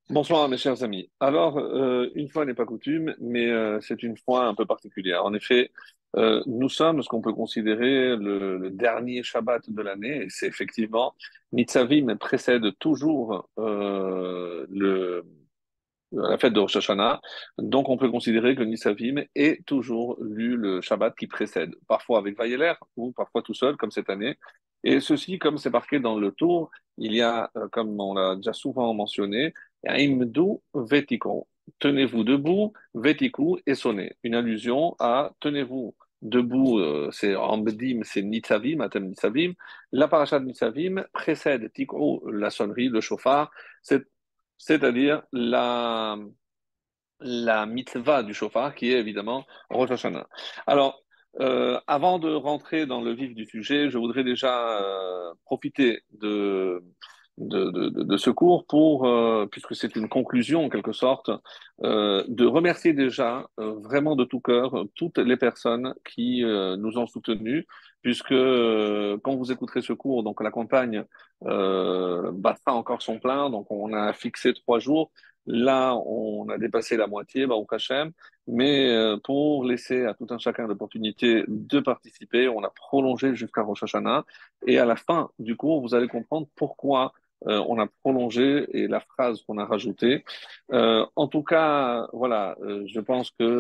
Bonsoir mes chers amis. Alors, une fois n'est pas coutume, mais c'est une fois un peu particulière. En effet, nous sommes ce qu'on peut considérer le dernier Shabbat de l'année, et c'est effectivement, Nitzavim précède toujours la fête de Rosh Hashanah, donc on peut considérer que Nitzavim est toujours lu le Shabbat qui précède, parfois avec Vayeler ou parfois tout seul, comme cette année. Et ceci, comme c'est marqué dans le tour, il y a, comme on l'a déjà souvent mentionné, Imdu Vetikon. Tenez-vous debout, Vetiku et sonnez. Une allusion à tenez-vous debout, c'est en Bdim, c'est Nitzavim, Atem Nitzavim. La paracha de Nitzavim précède Tikru, la sonnerie, le chauffard, c'est- c'est-à-dire la mitzvah du chauffard, qui est évidemment Rosh Hashanah. Alors, avant de rentrer dans le vif du sujet, je voudrais déjà profiter de ce cours pour, puisque c'est une conclusion en quelque sorte, de remercier déjà vraiment de tout cœur toutes les personnes qui nous ont soutenus, puisque quand vous écouterez ce cours, donc la campagne battra encore son plein, donc on a fixé 3 jours. Là, on a dépassé la moitié, au Hachem, mais pour laisser à tout un chacun l'opportunité de participer, on a prolongé jusqu'à Rosh Hashanah. Et à la fin du cours, vous allez comprendre pourquoi on a prolongé et la phrase qu'on a rajoutée. En tout cas, voilà, je pense que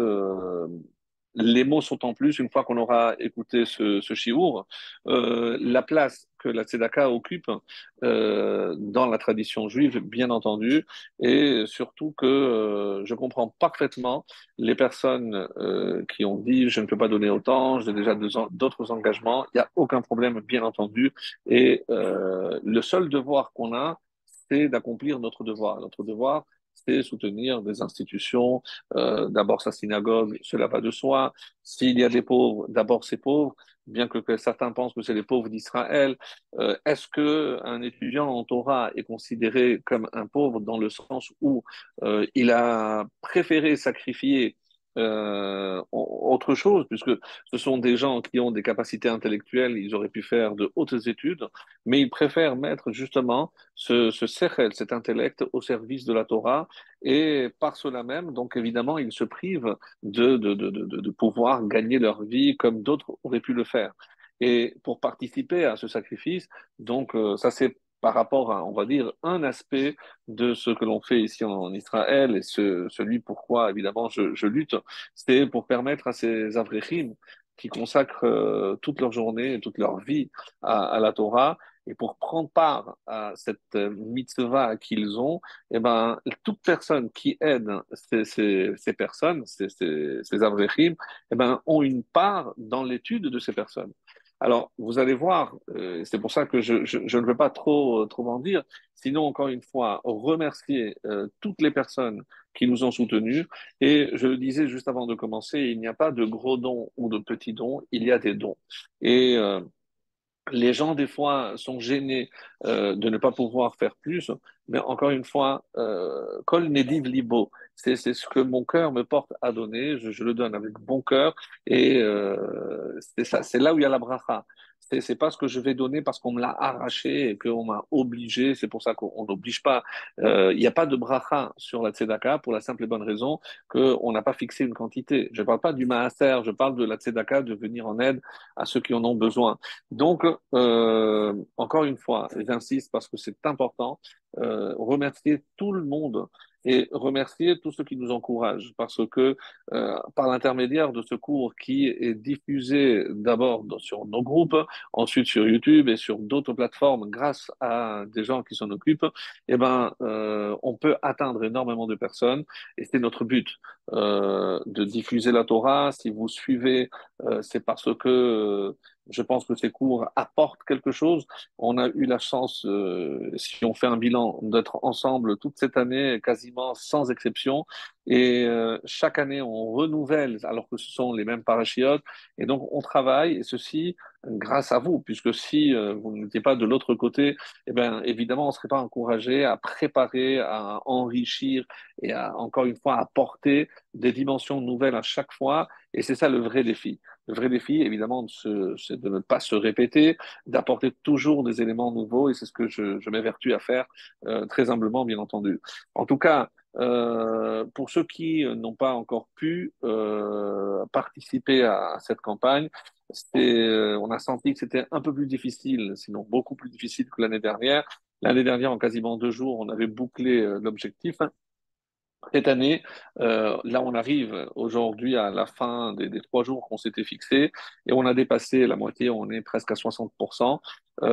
les mots sont en plus une fois qu'on aura écouté ce shiur. La place que la tzedaka occupe dans la tradition juive, bien entendu, et surtout que je comprends parfaitement les personnes qui ont dit je ne peux pas donner autant, j'ai déjà d'autres engagements. Il n'y a aucun problème, bien entendu. Et le seul devoir qu'on a, c'est d'accomplir notre devoir. Notre devoir, c'est soutenir des institutions, d'abord sa synagogue, cela va de soi. S'il y a des pauvres, d'abord ces pauvres, bien que certains pensent que c'est les pauvres d'Israël. Est-ce que un étudiant en Torah est considéré comme un pauvre dans le sens où il a préféré sacrifier autre chose, puisque ce sont des gens qui ont des capacités intellectuelles, ils auraient pu faire de hautes études, mais ils préfèrent mettre justement ce sechel, cet intellect au service de la Torah, et par cela même, donc évidemment, ils se privent de pouvoir gagner leur vie comme d'autres auraient pu le faire. Et pour participer à ce sacrifice, donc ça c'est par rapport à, on va dire, un aspect de ce que l'on fait ici en Israël et celui pourquoi, évidemment, je lutte, c'est pour permettre à ces Avréchim qui consacrent toute leur journée et toute leur vie à la Torah, et pour prendre part à cette mitzvah qu'ils ont, eh ben, toute personne qui aide ces personnes, ces Avrechim, eh ben, ont une part dans l'étude de ces personnes. Alors, vous allez voir, c'est pour ça que je ne veux pas trop en dire, sinon, encore une fois, remercier toutes les personnes qui nous ont soutenus. Et je le disais juste avant de commencer, il n'y a pas de gros dons ou de petits dons, il y a des dons. Et les gens, des fois, sont gênés de ne pas pouvoir faire plus, mais encore une fois, Kol Nediv Libo, c'est ce que mon cœur me porte à donner, je le donne avec bon cœur, et c'est ça, c'est là où il y a la bracha. C'est pas ce que je vais donner parce qu'on me l'a arraché et qu'on m'a obligé, c'est pour ça qu'on n'oblige pas. Il n'y a pas de bracha sur la tzedaka pour la simple et bonne raison qu'on n'a pas fixé une quantité. Je ne parle pas du maaser, je parle de la tzedaka, de venir en aide à ceux qui en ont besoin. Donc, encore une fois, j'insiste parce que c'est important, remercier tout le monde et remercier tous ceux qui nous encouragent parce que par l'intermédiaire de ce cours qui est diffusé d'abord sur nos groupes, ensuite sur YouTube et sur d'autres plateformes grâce à des gens qui s'en occupent, eh ben, on peut atteindre énormément de personnes et c'est notre but de diffuser la Torah. Si vous suivez, c'est parce que je pense que ces cours apportent quelque chose. On a eu la chance, si on fait un bilan, d'être ensemble toute cette année, quasiment sans exception. Et chaque année, on renouvelle, alors que ce sont les mêmes parachiotes. Et donc, on travaille, et ceci grâce à vous, puisque si vous n'étiez pas de l'autre côté, eh bien, évidemment, on ne serait pas encouragé à préparer, à enrichir et à, encore une fois, apporter des dimensions nouvelles à chaque fois. Et c'est ça le vrai défi. Le vrai défi, évidemment, c'est de ne pas se répéter, d'apporter toujours des éléments nouveaux, et c'est ce que je m'évertue à faire très humblement, bien entendu. En tout cas, pour ceux qui n'ont pas encore pu participer à cette campagne, on a senti que c'était un peu plus difficile, sinon beaucoup plus difficile que l'année dernière. L'année dernière, en quasiment 2 jours, on avait bouclé l'objectif. Cette année, là, on arrive aujourd'hui à la fin des 3 jours qu'on s'était fixés et on a dépassé la moitié, on est presque à 60%.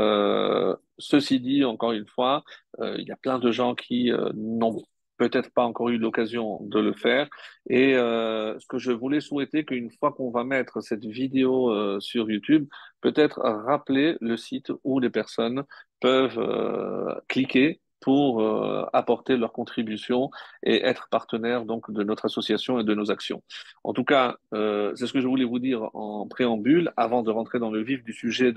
Ceci dit, encore une fois, il y a plein de gens qui n'ont peut-être pas encore eu l'occasion de le faire. Et ce que je voulais souhaiter, qu'une fois qu'on va mettre cette vidéo sur YouTube, peut-être rappeler le site où les personnes peuvent cliquer pour apporter leur contribution et être partenaire donc de notre association et de nos actions. En tout cas, c'est ce que je voulais vous dire en préambule avant de rentrer dans le vif du sujet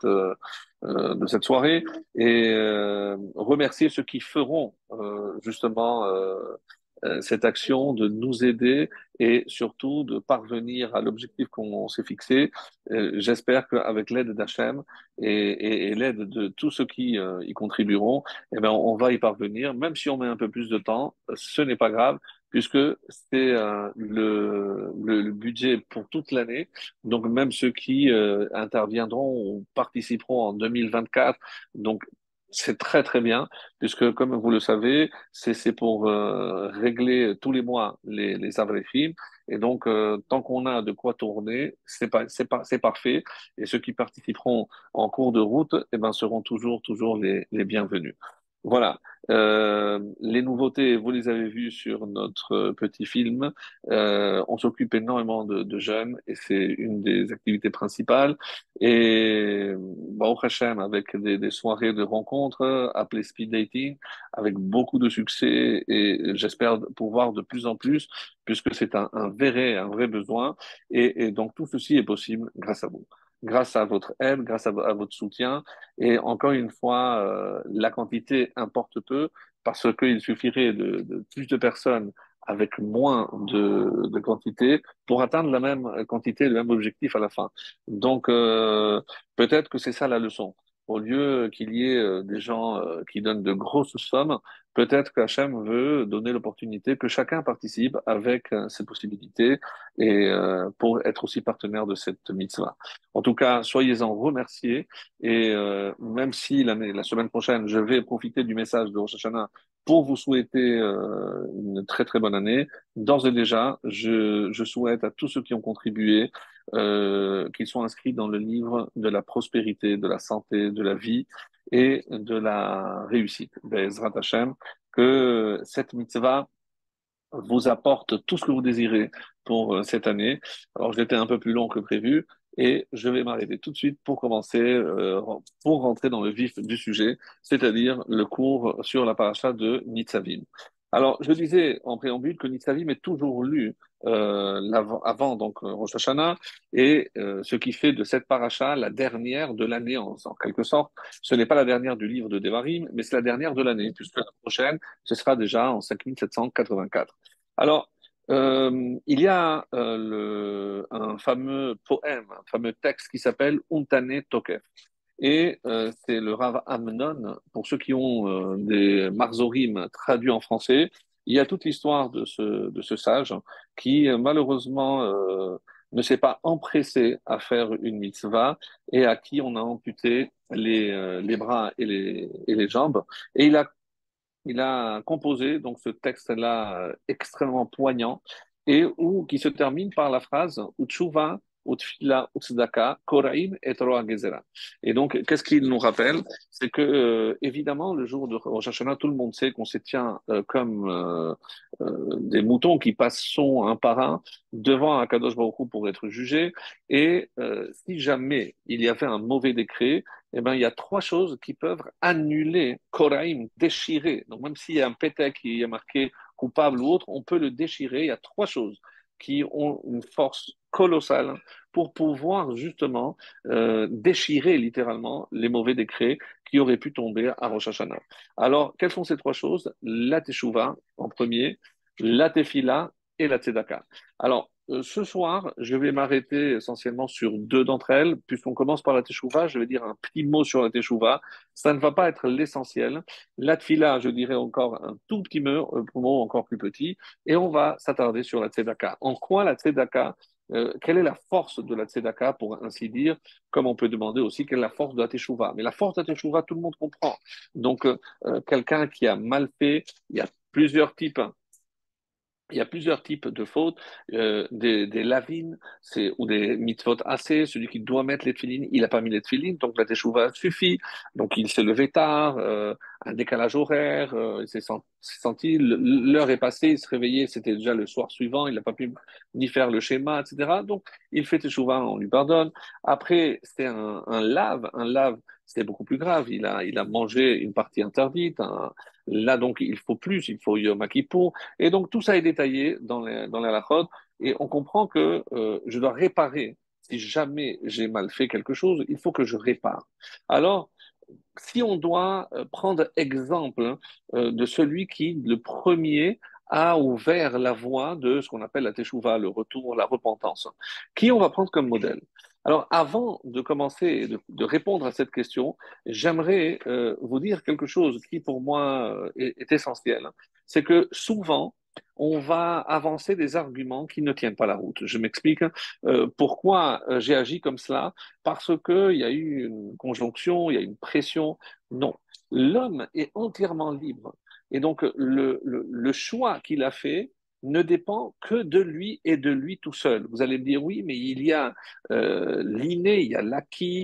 de cette soirée et remercier ceux qui feront justement cette action de nous aider et surtout de parvenir à l'objectif qu'on s'est fixé. J'espère qu'avec l'aide d'Hachem et l'aide de tous ceux qui y contribueront, eh ben, on va y parvenir. Même si on met un peu plus de temps, ce n'est pas grave puisque c'est le budget pour toute l'année. Donc même ceux qui interviendront ou participeront en 2024, donc c'est très très bien, puisque comme vous le savez, c'est pour régler tous les mois les avrechim. Et donc, tant qu'on a de quoi tourner, c'est parfait. Et ceux qui participeront en cours de route, eh ben, seront toujours les bienvenus. Voilà. Les nouveautés, vous les avez vues sur notre petit film. On s'occupe énormément de jeunes et c'est une des activités principales. Et Baruch Hashem, avec des soirées de rencontres appelées speed dating, avec beaucoup de succès et j'espère pouvoir de plus en plus, puisque c'est un vrai besoin. Et donc tout ceci est possible grâce à vous, grâce à votre aide, grâce à votre soutien. Et encore une fois, la quantité importe peu parce qu'il suffirait de plus de personnes avec moins de quantité pour atteindre la même quantité, le même objectif à la fin. Donc, peut-être que c'est ça la leçon. Au lieu qu'il y ait des gens qui donnent de grosses sommes, peut-être qu'Hachem veut donner l'opportunité que chacun participe avec ses possibilités et pour être aussi partenaire de cette mitzvah. En tout cas, soyez-en remerciés et même si la semaine prochaine, je vais profiter du message de Rosh Hashanah pour vous souhaiter une très très bonne année. D'ores et déjà, je souhaite à tous ceux qui ont contribué qu'ils soient inscrits dans le livre de la prospérité, de la santé, de la vie et de la réussite. Be'ezrat Hashem, que cette mitzvah vous apporte tout ce que vous désirez pour cette année. Alors, j'étais un peu plus long que prévu et je vais m'arrêter tout de suite pour commencer, pour rentrer dans le vif du sujet, c'est-à-dire le cours sur la paracha de Nitzavim. Alors, je disais en préambule que Nitzavim est toujours lu avant donc Rosh Hashanah et ce qui fait de cette paracha la dernière de l'année en quelque sorte. Ce n'est pas la dernière du livre de Devarim, mais c'est la dernière de l'année puisque la prochaine ce sera déjà en 5784. Alors, il y a un fameux poème, un fameux texte qui s'appelle Untane Tokef. Et c'est le Rav Amnon, pour ceux qui ont des marzorim traduits en français, il y a toute l'histoire de ce sage qui malheureusement ne s'est pas empressé à faire une mitzvah et à qui on a amputé les bras et les jambes. Et il a composé donc ce texte-là extrêmement poignant et qui se termine par la phrase Utshuva, Utfila, Utzdaka, Koraim et Roa Gezerah. Et donc, qu'est-ce qu'il nous rappelle? C'est que, évidemment, le jour de Rosh Hashanah, tout le monde sait qu'on se tient comme des moutons qui passent un par un devant Akadosh Baruch Hu pour être jugés. Et si jamais il y avait un mauvais décret, eh ben, il y a trois choses qui peuvent annuler, Koraïm, déchirer. Donc, même s'il y a un pétek qui est marqué coupable ou autre, on peut le déchirer. Il y a trois choses qui ont une force colossale pour pouvoir justement déchirer littéralement les mauvais décrets qui auraient pu tomber à Rosh Hashanah. Alors, quelles sont ces trois choses? La Teshuvah en premier, la Tefila et la Tzedaka. Alors, ce soir, je vais m'arrêter essentiellement sur deux d'entre elles. Puisqu'on commence par la Teshuvah, je vais dire un petit mot sur la Teshuvah. Ça ne va pas être l'essentiel. La Tfila, je dirais encore un tout petit mot encore plus petit. Et on va s'attarder sur la Tzedaka. En quoi la Tzedaka, quelle est la force de la Tzedaka, pour ainsi dire, comme on peut demander aussi quelle est la force de la Teshuvah. Mais la force de la Teshuvah, tout le monde comprend. Donc, quelqu'un qui a mal fait, il y a plusieurs types. Il y a plusieurs types de fautes, des lavines, ou des mitzvot assez. Celui qui doit mettre les tefilines, il n'a pas mis les tefilines, donc la teshuva suffit. Donc il s'est levé tard, un décalage horaire, il s'est senti, l'heure est passée, il s'est réveillé, c'était déjà le soir suivant, il n'a pas pu ni faire le schéma, etc. Donc il fait teshuva, on lui pardonne. Après, c'est un lave, c'est beaucoup plus grave. Il a mangé une partie interdite. Là, donc, il faut plus, il faut Yom Kippour. Et donc, tout ça est détaillé dans les halachot, et on comprend que je dois réparer. Si jamais j'ai mal fait quelque chose, il faut que je répare. Alors, si on doit prendre exemple de celui qui, le premier, a ouvert la voie de ce qu'on appelle la teshuva, le retour, la repentance, qui on va prendre comme modèle. Alors, avant de commencer et de répondre à cette question, j'aimerais vous dire quelque chose qui, pour moi, est essentiel. C'est que souvent, on va avancer des arguments qui ne tiennent pas la route. Je m'explique. Pourquoi j'ai agi comme cela? Parce qu'il y a eu une conjonction, il y a une pression. Non, l'homme est entièrement libre. Et donc, le choix qu'il a fait ne dépend que de lui et de lui tout seul. Vous allez me dire, oui, mais il y a l'inné, il y a l'acquis,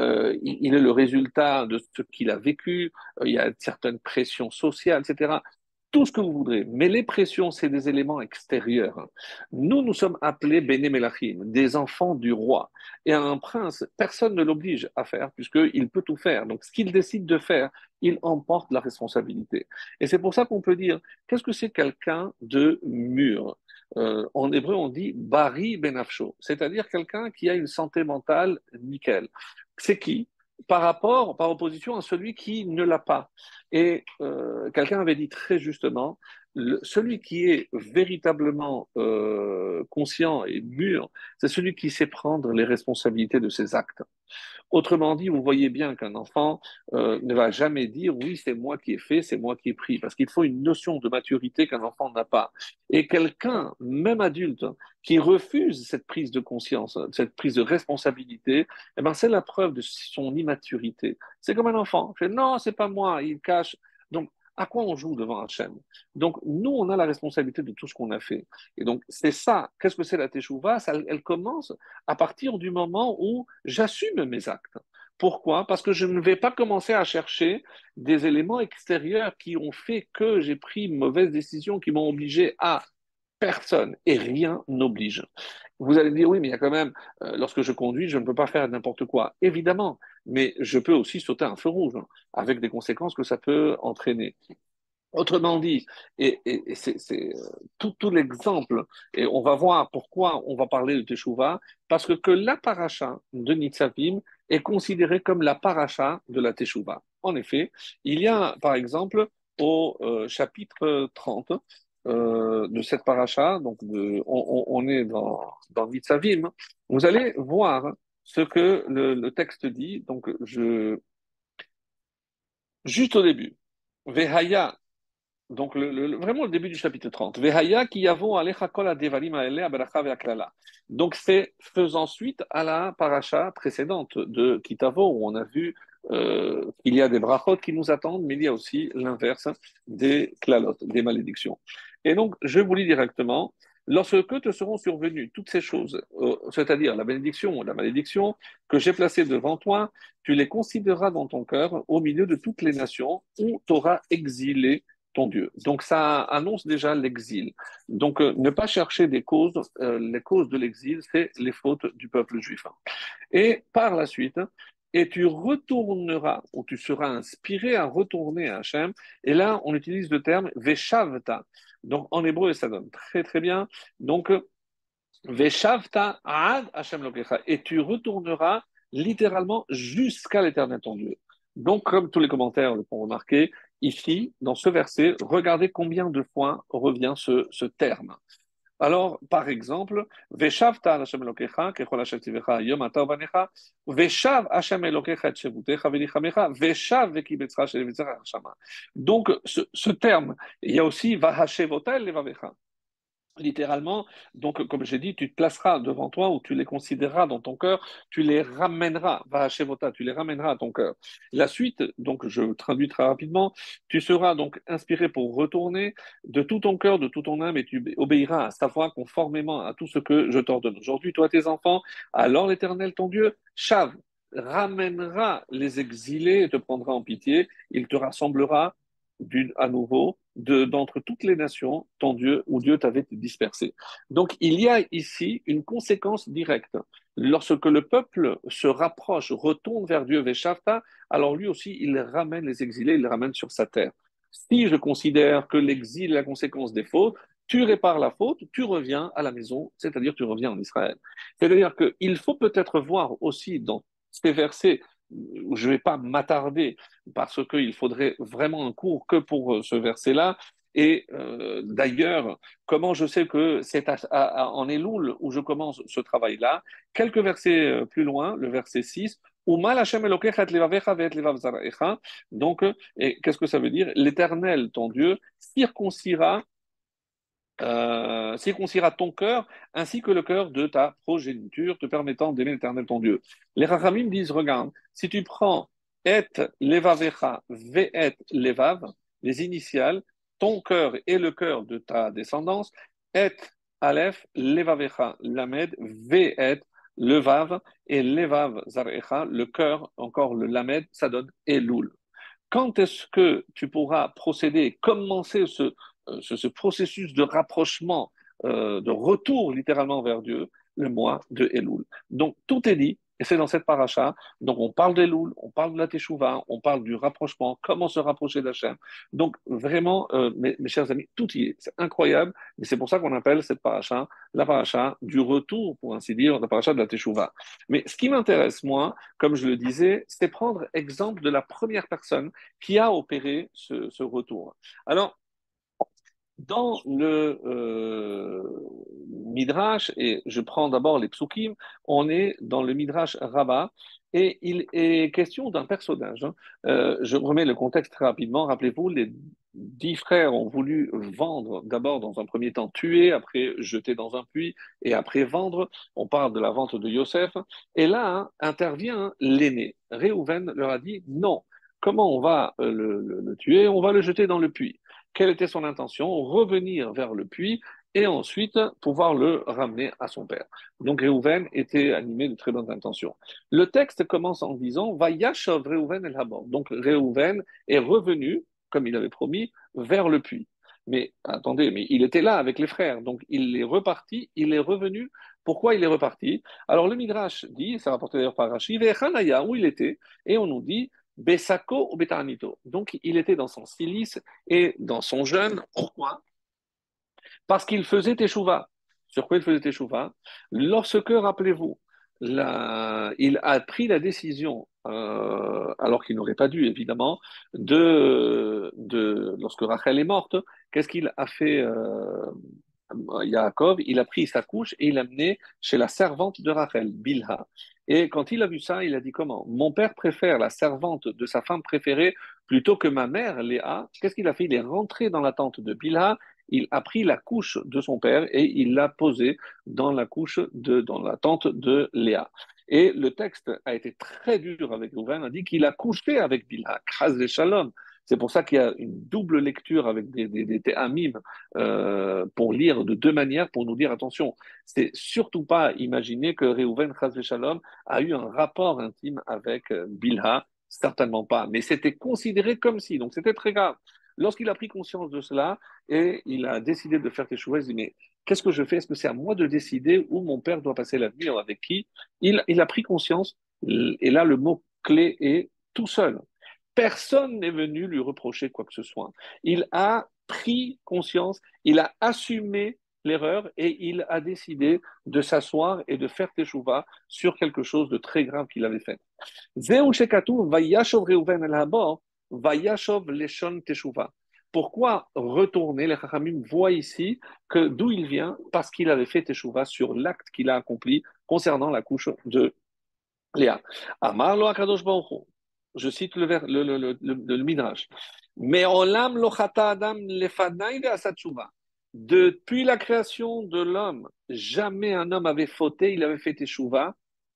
il est le résultat de ce qu'il a vécu, il y a certaines pressions sociales, etc. Tout ce que vous voudrez. Mais les pressions, c'est des éléments extérieurs. Nous, nous sommes appelés Bene Melachim, des enfants du roi. Et un prince, personne ne l'oblige à faire, puisqu'il peut tout faire. Donc, ce qu'il décide de faire, il emporte la responsabilité. Et c'est pour ça qu'on peut dire, qu'est-ce que c'est quelqu'un de mûr? En hébreu, on dit Bari Benafsho, c'est-à-dire quelqu'un qui a une santé mentale nickel. C'est qui? Par opposition à celui qui ne l'a pas. Et quelqu'un avait dit très justement, celui qui est véritablement conscient et mûr, c'est celui qui sait prendre les responsabilités de ses actes. Autrement dit, vous voyez bien qu'un enfant ne va jamais dire oui, c'est moi qui ai fait, c'est moi qui ai pris, parce qu'il faut une notion de maturité qu'un enfant n'a pas. Et quelqu'un, même adulte, qui refuse cette prise de conscience, cette prise de responsabilité, eh ben, c'est la preuve de son immaturité. C'est comme un enfant. Il fait non, c'est pas moi, il cache. Donc, à quoi on joue devant Hachem? Donc, nous, on a la responsabilité de tout ce qu'on a fait. Et donc, c'est ça. Qu'est-ce que c'est la teshuva? Elle commence à partir du moment où j'assume mes actes. Pourquoi? Parce que je ne vais pas commencer à chercher des éléments extérieurs qui ont fait que j'ai pris une mauvaise décision, qui m'ont obligé à personne et rien n'oblige. Vous allez me dire, oui, mais il y a quand même, lorsque je conduis, je ne peux pas faire n'importe quoi. Évidemment, mais je peux aussi sauter un feu rouge, hein, avec des conséquences que ça peut entraîner. Autrement dit, et c'est tout l'exemple, et on va voir pourquoi on va parler de Teshuvah, parce que la paracha de Nitzavim est considérée comme la paracha de la Teshuvah. En effet, il y a, par exemple, au chapitre 30 de cette paracha, donc on est dans Nitzavim, vous allez voir ce que le texte dit, donc juste au début. Vehaya, donc, vraiment le début du chapitre 30. Vehaya ki yavo alecha kol hadevarim haele haberacha vehaklala. Donc, c'est faisant suite à la paracha précédente de Kitavo, où on a vu qu'il y a des brachot qui nous attendent, mais il y a aussi l'inverse des klalot, des malédictions. Et donc, je vous lis directement. Lorsque te seront survenues toutes ces choses, c'est-à-dire la bénédiction ou la malédiction, que j'ai placées devant toi, tu les considéreras dans ton cœur au milieu de toutes les nations où tu auras exilé ton Dieu. Donc ça annonce déjà l'exil. Donc ne pas chercher des causes, les causes de l'exil, c'est les fautes du peuple juif. Et par la suite, et tu retourneras, ou tu seras inspiré à retourner à Hachem. Et là, on utilise le terme veshavta. Donc en hébreu, ça donne très très bien. Donc veshavta ad Hachem lokecha. Et tu retourneras littéralement jusqu'à l'éternel ton Dieu. Donc, comme tous les commentaires le font remarquer, ici, dans ce verset, regardez combien de fois revient ce terme. Alors, par exemple, Veshavta al Hashem Elokecha, kechol asher tivecha yom ata uvanecha, Veshav Hashem Elokecha et shevutecha velichamecha, Veshav vekibetzcha shelevitzach shama. Donc, ce terme, il y a aussi Vahashevota el levavecha. Littéralement, donc, comme j'ai dit, tu te placeras devant toi ou tu les considéreras dans ton cœur, tu les ramèneras, Vahashevota, tu les ramèneras à ton cœur. La suite, donc, je traduis très rapidement, tu seras donc inspiré pour retourner de tout ton cœur, de toute ton âme, et tu obéiras à sa voix conformément à tout ce que je t'ordonne aujourd'hui, toi, tes enfants. Alors l'Éternel, ton Dieu, Shav, ramènera les exilés et te prendra en pitié, il te rassemblera à nouveau d'entre toutes les nations, ton Dieu, où Dieu t'avait dispersé. Donc il y a ici une conséquence directe. Lorsque le peuple se rapproche, retourne vers Dieu, Veshavta, alors lui aussi, il ramène les exilés, il les ramène sur sa terre. Si je considère que l'exil est la conséquence des fautes, tu répares la faute, tu reviens à la maison, c'est-à-dire tu reviens en Israël. C'est-à-dire qu'il faut peut-être voir aussi dans ces versets, où je ne vais pas m'attarder, parce qu'il faudrait vraiment un cours que pour ce verset-là. Et d'ailleurs, comment je sais que c'est en Elul où je commence ce travail-là? Quelques versets plus loin, le verset 6, donc, et qu'est-ce que ça veut dire? L'Éternel, ton Dieu, circoncira ton cœur ainsi que le cœur de ta progéniture, te permettant d'aimer l'Éternel ton Dieu. Les Rachamim disent, regarde, si tu prends et levavecha, ve et levav, les initiales, ton cœur et le cœur de ta descendance, et aleph, levavecha, lamed, ve et levav, et levav zarecha, le cœur, encore le lamed, ça donne Elul. Quand est-ce que tu pourras procéder, commencer ce processus de rapprochement, de retour littéralement vers Dieu, le mois de Elul? Donc tout est dit, et c'est dans cette paracha. Donc on parle d'Elul, on parle de la Teshuvah, on parle du rapprochement, comment se rapprocher d'Hachem. Donc vraiment, mes chers amis, tout y est. C'est incroyable, et c'est pour ça qu'on appelle cette paracha la paracha du retour, pour ainsi dire, la paracha de la Teshuvah. Mais ce qui m'intéresse, moi, comme je le disais, c'est prendre exemple de la première personne qui a opéré ce retour. Alors, dans le Midrash, et je prends d'abord les psukim, on est dans le Midrash Rabbah, et il est question d'un personnage. Je remets le contexte très rapidement. Rappelez-vous, les 10 frères ont voulu vendre, d'abord dans un premier temps tuer, après jeter dans un puits, et après vendre. On parle de la vente de Yosef. Et là intervient l'aîné. Réhouven leur a dit non. Comment on va le tuer? On va le jeter dans le puits. Quelle était son intention? Revenir vers le puits et ensuite pouvoir le ramener à son père. Donc Réhouven était animé de très bonnes intentions. Le texte commence en disant Vayashov Réhouven el Habor. Donc Réhouven est revenu, comme il avait promis, vers le puits. Mais attendez, mais il était là avec les frères, donc il est reparti, il est revenu. Pourquoi il est reparti? Alors le Midrash dit, ça rapporté d'ailleurs par Rashi, Vechanaya, où il était, et on nous dit Besako ou Betanito. Donc il était dans son silice et dans son jeûne. Pourquoi? Parce qu'il faisait teshuva. Sur quoi il faisait teshuva? Lorsque, rappelez-vous, il a pris la décision, alors qu'il n'aurait pas dû, évidemment, lorsque Rachel est morte, qu'est-ce qu'il a fait Yaakov? Il a pris sa couche et il l'a amené chez la servante de Rachel, Bilha. Et quand il a vu ça, il a dit comment? Mon père préfère la servante de sa femme préférée plutôt que ma mère, Léa. Qu'est-ce qu'il a fait? Il est rentré dans la tente de Bilha, il a pris la couche de son père et il l'a posée dans la tente de Léa. Et le texte a été très dur avec Rouven, a dit qu'il a couché avec Bilha, Chaz et Shalom. C'est pour ça qu'il y a une double lecture avec des théamim pour lire de deux manières, pour nous dire attention, c'est surtout pas imaginer que Réhouven Chaz Shalom a eu un rapport intime avec Bilha, certainement pas, mais c'était considéré comme si, donc c'était très grave. Lorsqu'il a pris conscience de cela et il a décidé de faire teshuva, il s'est dit mais qu'est-ce que je fais? Est-ce que c'est à moi de décider où mon père doit passer la nuit, avec qui? Il a pris conscience et là le mot clé est tout seul. Personne n'est venu lui reprocher quoi que ce soit. Il a pris conscience, il a assumé l'erreur et il a décidé de s'asseoir et de faire teshuva sur quelque chose de très grave qu'il avait fait. Zeu shekatuv vayashov Reuven el habor vayashov leshon teshuva. Pourquoi retourner? Les Chachamim voient ici que d'où il vient, parce qu'il avait fait Teshuvah sur l'acte qu'il a accompli concernant la couche de Léa. Amar lo Akadosh Baruch Hu. Je cite le Midrash. Mais olam lo chata adam lefanai ve'asa tshuva. Depuis la création de l'homme, jamais un homme avait fauté, il avait fait teshuva.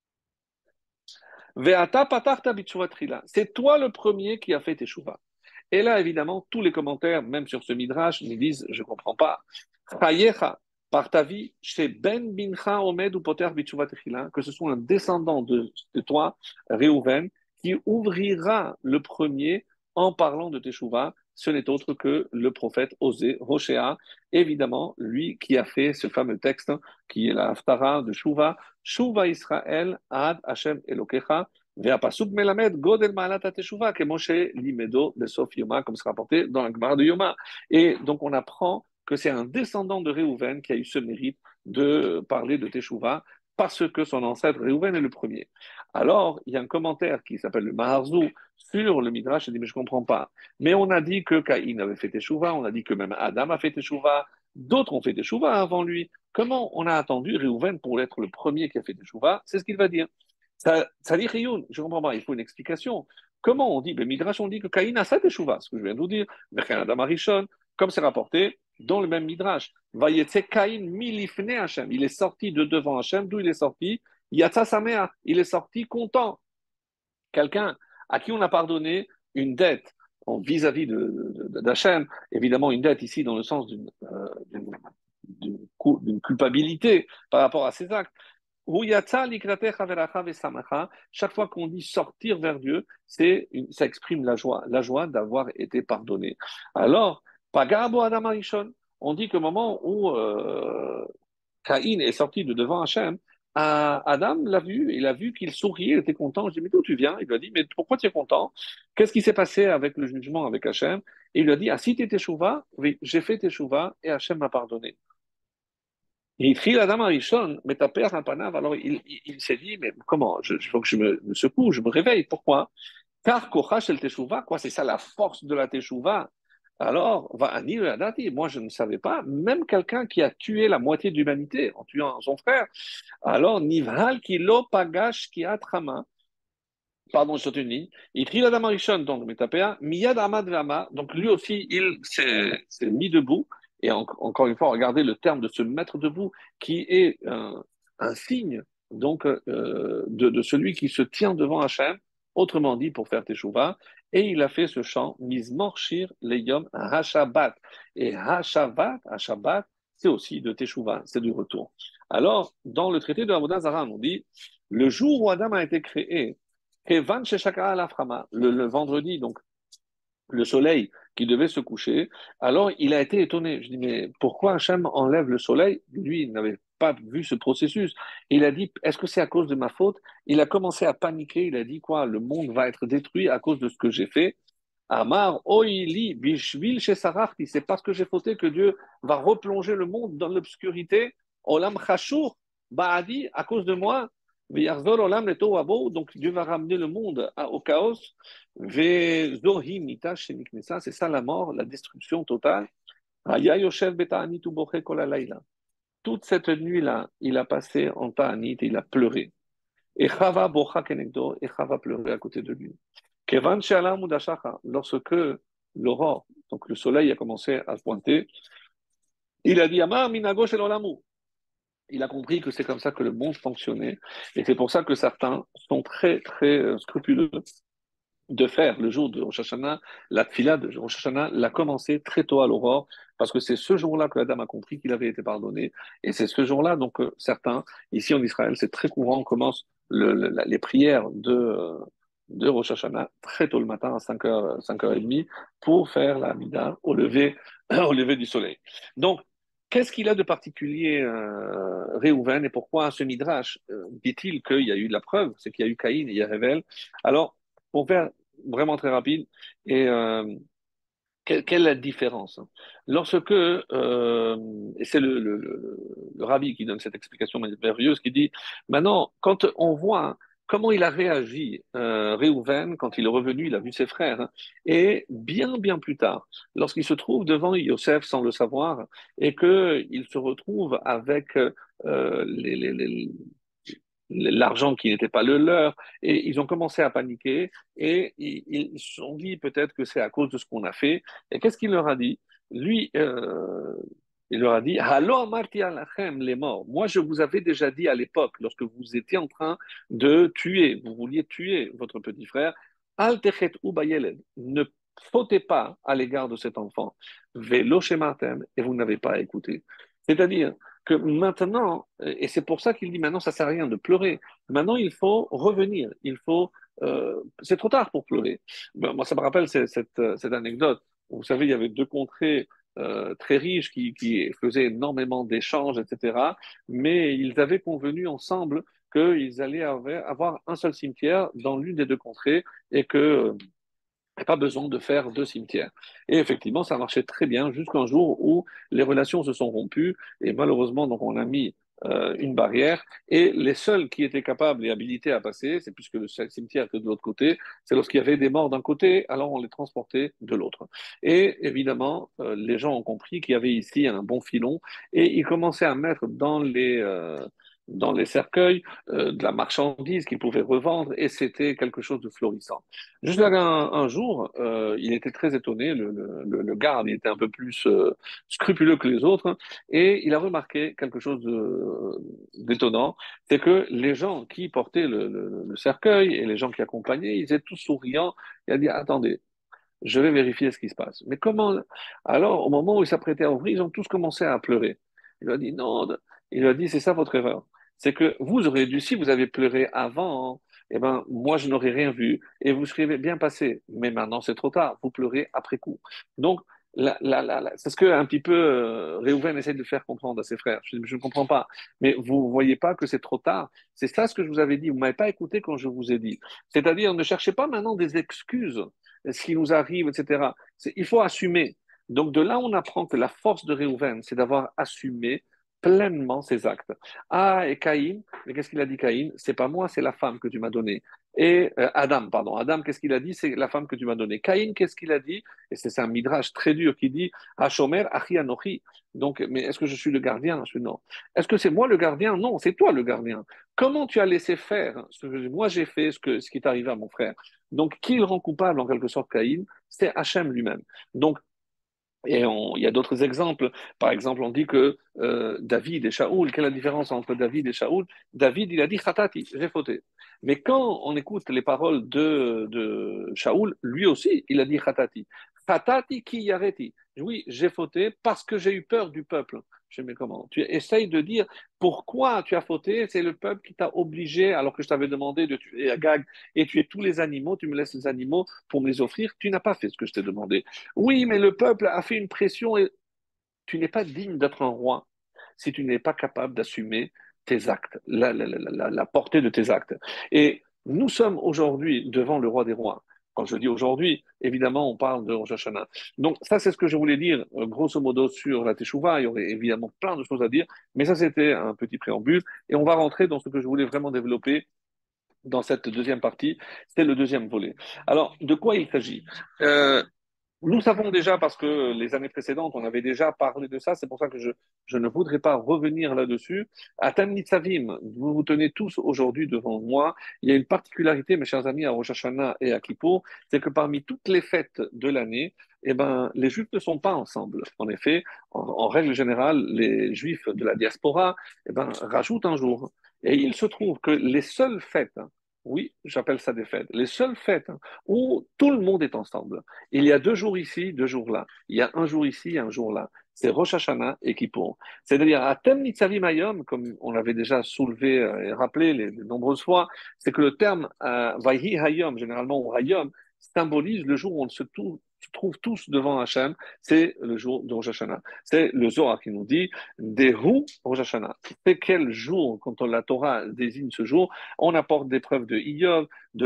Ve'ata patarta b'tshuva trila. C'est toi le premier qui a fait teshuva. Et là, évidemment, tous les commentaires, même sur ce midrash, nous disent, je ne comprends pas. Chayecha, par ta vie, chez Ben Bincha Omed ou Poter Bitshuva Techila, que ce soit un descendant de toi, Réhouven, qui ouvrira le premier en parlant de Teshuvah, ce n'est autre que le prophète Osée, Hoshéa, évidemment, lui qui a fait ce fameux texte, qui est la Haftara de Shuva, Shuva Israël, Ad Hashem Elokecha, והפסוק מלמד גודל מעלת התשובה, כמו שלימדו בסוף יומא, comme c'est rapporté dans la Gemara de Yoma. Et donc on apprend que c'est un descendant de Réhouven qui a eu ce mérite de parler de Teshuvah, parce que son ancêtre Réhouven est le premier. Alors, il y a un commentaire qui s'appelle le Maharzou sur le Midrash, il dit, mais je ne comprends pas. Mais on a dit que Caïn avait fait Teshuvah, on a dit que même Adam a fait Teshuvah, d'autres ont fait Teshuvah avant lui. Comment on a attendu Réhouven pour être le premier qui a fait Teshuvah? C'est ce qu'il va dire. Ça dit Rioun, je ne comprends pas, il faut une explication. Comment on dit, ben Midrash, on dit que Caïn a fait Teshuvah, ce que je viens de vous dire, Adam Arishon, comme c'est rapporté dans le même Midrash. Vayetse Caïn milifne Hashem, il est sorti de devant Hashem, d'où il est sorti? Yatsa Samea, il est sorti content. Quelqu'un à qui on a pardonné une dette vis-à-vis d'Hachem, évidemment une dette ici dans le sens d'une culpabilité par rapport à ses actes. Chaque fois qu'on dit sortir vers Dieu, ça exprime la joie d'avoir été pardonné. Alors, Pagabo Adam Arishon, on dit qu'au moment où Caïn est sorti de devant Hachem, Adam l'a vu, il a vu qu'il souriait, il était content. Je dis, mais d'où tu viens? Il lui a dit, mais pourquoi tu es content? Qu'est-ce qui s'est passé avec le jugement avec Hachem? Et il lui a dit, ah, si tu es teshuva, oui, j'ai fait teshuva et Hachem m'a pardonné. Et il crie Adam Arishon, mais ta père un panav. Alors il s'est dit, mais comment? Il faut que je me secoue, je me réveille. Pourquoi? Car Kochash el Teshuvah, quoi, c'est ça la force de la Teshuvah. Alors, va Ani Adati, moi je ne savais pas, même quelqu'un qui a tué la moitié de l'humanité en tuant son frère, alors Nivhal Kilo Pagash ki Atrama, pardon, je saute une ligne, il crie la Damarishon, donc Metapea, Miyad Amad Vama, donc lui aussi il s'est mis debout, et encore une fois, regardez le terme de se mettre debout, qui est un signe donc de celui qui se tient devant Hachem, autrement dit pour faire Teshuvah, et il a fait ce chant, Mizmor Shir Leyom HaShabbat. Et HaShabbat, c'est aussi de Teshuvah, c'est du retour. Alors, dans le traité de Avodah Zarah, on dit, le jour où Adam a été créé, Kevan Sheshakara Laframa, le vendredi, donc le soleil qui devait se coucher, alors il a été étonné. Je dis, mais pourquoi Hachem enlève le soleil? Lui, il n'avait pas vu ce processus. Il a dit, est-ce que c'est à cause de ma faute? Il a commencé à paniquer, il a dit quoi? Le monde va être détruit à cause de ce que j'ai fait. Amar, Oili, Bishvil, Shesarachti, c'est parce que j'ai fauté que Dieu va replonger le monde dans l'obscurité. Olam Chashur, Baadi, à cause de moi. Viyarzol Olam Leto Wabo, donc Dieu va ramener le monde au chaos. Vezohi Mita Sheniknesa, c'est ça la mort, la destruction totale. Haya Yoshev Beta'anit Uboche Kol Halayla. Toute cette nuit-là, il a passé en Ta'anit, il a pleuré. Et Chava Bocha Kenegdo, et Chava pleurait à côté de lui. Kevan She'ala Mudashacha, lorsque l'aurore, donc le soleil a commencé à se pointer, il a dit Amar Minago Shel Olamu. Il a compris que c'est comme ça que le monde fonctionnait. Et c'est pour ça que certains sont très, très scrupuleux de faire le jour de Rosh Hashanah, la tfila de Rosh Hashanah l'a commencé très tôt à l'aurore, parce que c'est ce jour-là que Adam a compris qu'il avait été pardonné, et c'est ce jour-là, donc certains, ici en Israël, c'est très courant, on commence les prières de Rosh Hashanah très tôt le matin, à 5h, 5h30, pour faire la Mida au lever, au lever du soleil. Donc, qu'est-ce qu'il a de particulier, Réhouven, et pourquoi ce Midrash dit-il qu'il y a eu de la preuve, c'est qu'il y a eu Caïn et il y a Rével. Alors, pour faire vraiment très rapide, et quelle est la différence? Lorsque, et c'est le rabbi qui donne cette explication merveilleuse, qui dit, maintenant, quand on voit comment il a réagi, Réhouven, quand il est revenu, il a vu ses frères, hein, et bien plus tard, lorsqu'il se trouve devant Yosef sans le savoir, et qu'il se retrouve avec l'argent qui n'était pas le leur, et ils ont commencé à paniquer, et ils se sont dit peut-être que c'est à cause de ce qu'on a fait. Et qu'est-ce qu'il leur a dit? Lui, il leur a dit, Halo amarti alachem les morts. Moi, je vous avais déjà dit à l'époque, lorsque vous étiez en train de tuer, vous vouliez tuer votre petit frère, Al techet u bayeled. Ne fautez pas à l'égard de cet enfant. Velo shematem, et vous n'avez pas écouté. C'est-à-dire que maintenant, et c'est pour ça qu'il dit maintenant, ça sert à rien de pleurer. Maintenant, il faut revenir. C'est trop tard pour pleurer. Ben, moi, ça me rappelle cette anecdote. Vous savez, il y avait deux contrées très riches qui faisaient énormément d'échanges, etc. Mais ils avaient convenu ensemble qu'ils allaient avoir un seul cimetière dans l'une des deux contrées et que n'y a pas besoin de faire deux cimetières. Et effectivement, ça marchait très bien jusqu'un jour où les relations se sont rompues et malheureusement, donc on a mis une barrière et les seuls qui étaient capables et habilités à passer, c'est puisque le cimetière était de l'autre côté, c'est lorsqu'il y avait des morts d'un côté, alors on les transportait de l'autre. Et évidemment, les gens ont compris qu'il y avait ici un bon filon et ils commençaient à mettre dans les cercueils de la marchandise qu'ils pouvaient revendre et c'était quelque chose de florissant. Jusqu'à un jour, il était très étonné, le garde, il était un peu plus scrupuleux que les autres, et il a remarqué quelque chose d'étonnant, c'est que les gens qui portaient le cercueil et les gens qui accompagnaient, ils étaient tous souriants. Il a dit, attendez, je vais vérifier ce qui se passe. Mais comment? Alors, au moment où il s'apprêtait à ouvrir, ils ont tous commencé à pleurer. Il lui a dit, non, il lui a dit, c'est ça votre erreur. C'est que vous auriez dû, si vous avez pleuré avant, eh ben, moi, je n'aurais rien vu et vous seriez bien passé. Mais maintenant, c'est trop tard. Vous pleurez après coup. Donc, c'est ce que un petit peu Réhouven essaie de faire comprendre à ses frères. Je ne comprends pas. Mais vous ne voyez pas que c'est trop tard. C'est ça ce que je vous avais dit. Vous ne m'avez pas écouté quand je vous ai dit. C'est-à-dire, ne cherchez pas maintenant des excuses ce qui nous arrive, etc. Il faut assumer. Donc de là, on apprend que la force de Réhouven, c'est d'avoir assumé pleinement ses actes. Ah, et Caïn, mais qu'est-ce qu'il a dit Caïn? C'est pas moi, c'est la femme que tu m'as donnée. Et Adam, pardon, Adam, qu'est-ce qu'il a dit? C'est la femme que tu m'as donnée. Caïn, qu'est-ce qu'il a dit? Et c'est un midrash très dur qui dit Hashomer, Achi Anochi. Donc, mais est-ce que je suis le gardien? Je dis non. Est-ce que c'est moi le gardien? Non, c'est toi le gardien. Comment tu as laissé faire ce que moi j'ai fait, ce qui est arrivé à mon frère? Donc, qui le rend coupable en quelque sorte, Caïn? C'est Hachem lui-même. Donc, il y a d'autres exemples. Par exemple, on dit que David et Shaoul, quelle est la différence entre David et Shaoul? David, il a dit Khatati, j'ai fauté. Mais quand on écoute les paroles de Shaoul, lui aussi, il a dit Khatati. Khatati ki yareti. Oui, j'ai fauté parce que j'ai eu peur du peuple. Je dis, mais comment? Tu essayes de dire pourquoi tu as fauté, c'est le peuple qui t'a obligé, alors que je t'avais demandé de tuer Agag et tuer tous les animaux, tu me laisses les animaux pour me les offrir, tu n'as pas fait ce que je t'ai demandé. Oui, mais le peuple a fait une pression et tu n'es pas digne d'être un roi si tu n'es pas capable d'assumer tes actes, la portée de tes actes. Et nous sommes aujourd'hui devant le roi des rois. Quand je dis aujourd'hui, évidemment, on parle de Rosh Hashanah. Donc, ça, c'est ce que je voulais dire, grosso modo, sur la Teshuvah. Il y aurait évidemment plein de choses à dire, mais ça, c'était un petit préambule. Et on va rentrer dans ce que je voulais vraiment développer dans cette deuxième partie. C'est le deuxième volet. Alors, de quoi il s'agit? Nous savons déjà, parce que les années précédentes, on avait déjà parlé de ça, c'est pour ça que je ne voudrais pas revenir là-dessus. À Tamnitsavim, vous vous tenez tous aujourd'hui devant moi. Il y a une particularité, mes chers amis, à Rosh Hashanah et à Kippour, c'est que parmi toutes les fêtes de l'année, eh ben, les Juifs ne sont pas ensemble. En effet, en règle générale, les Juifs de la diaspora eh ben, rajoutent un jour. Et il se trouve que les seules fêtes, oui, j'appelle ça des fêtes, les seules fêtes où tout le monde est ensemble, il y a 2 jours ici, 2 jours là. Il y a un jour ici, un jour là. C'est Rosh Hashanah et Kippour. C'est-à-dire, à Tem Nitzavim Hayom, comme on l'avait déjà soulevé et rappelé les nombreuses fois, c'est que le terme Vayhi Hayom, généralement, ou Hayom, symbolise le jour où on se trouve tous devant Hachem, c'est le jour de Rosh Hashanah. C'est le Zohar qui nous dit Dehu Rosh Hashanah. C'est quel jour, quand la Torah désigne ce jour, on apporte des preuves de Iyov,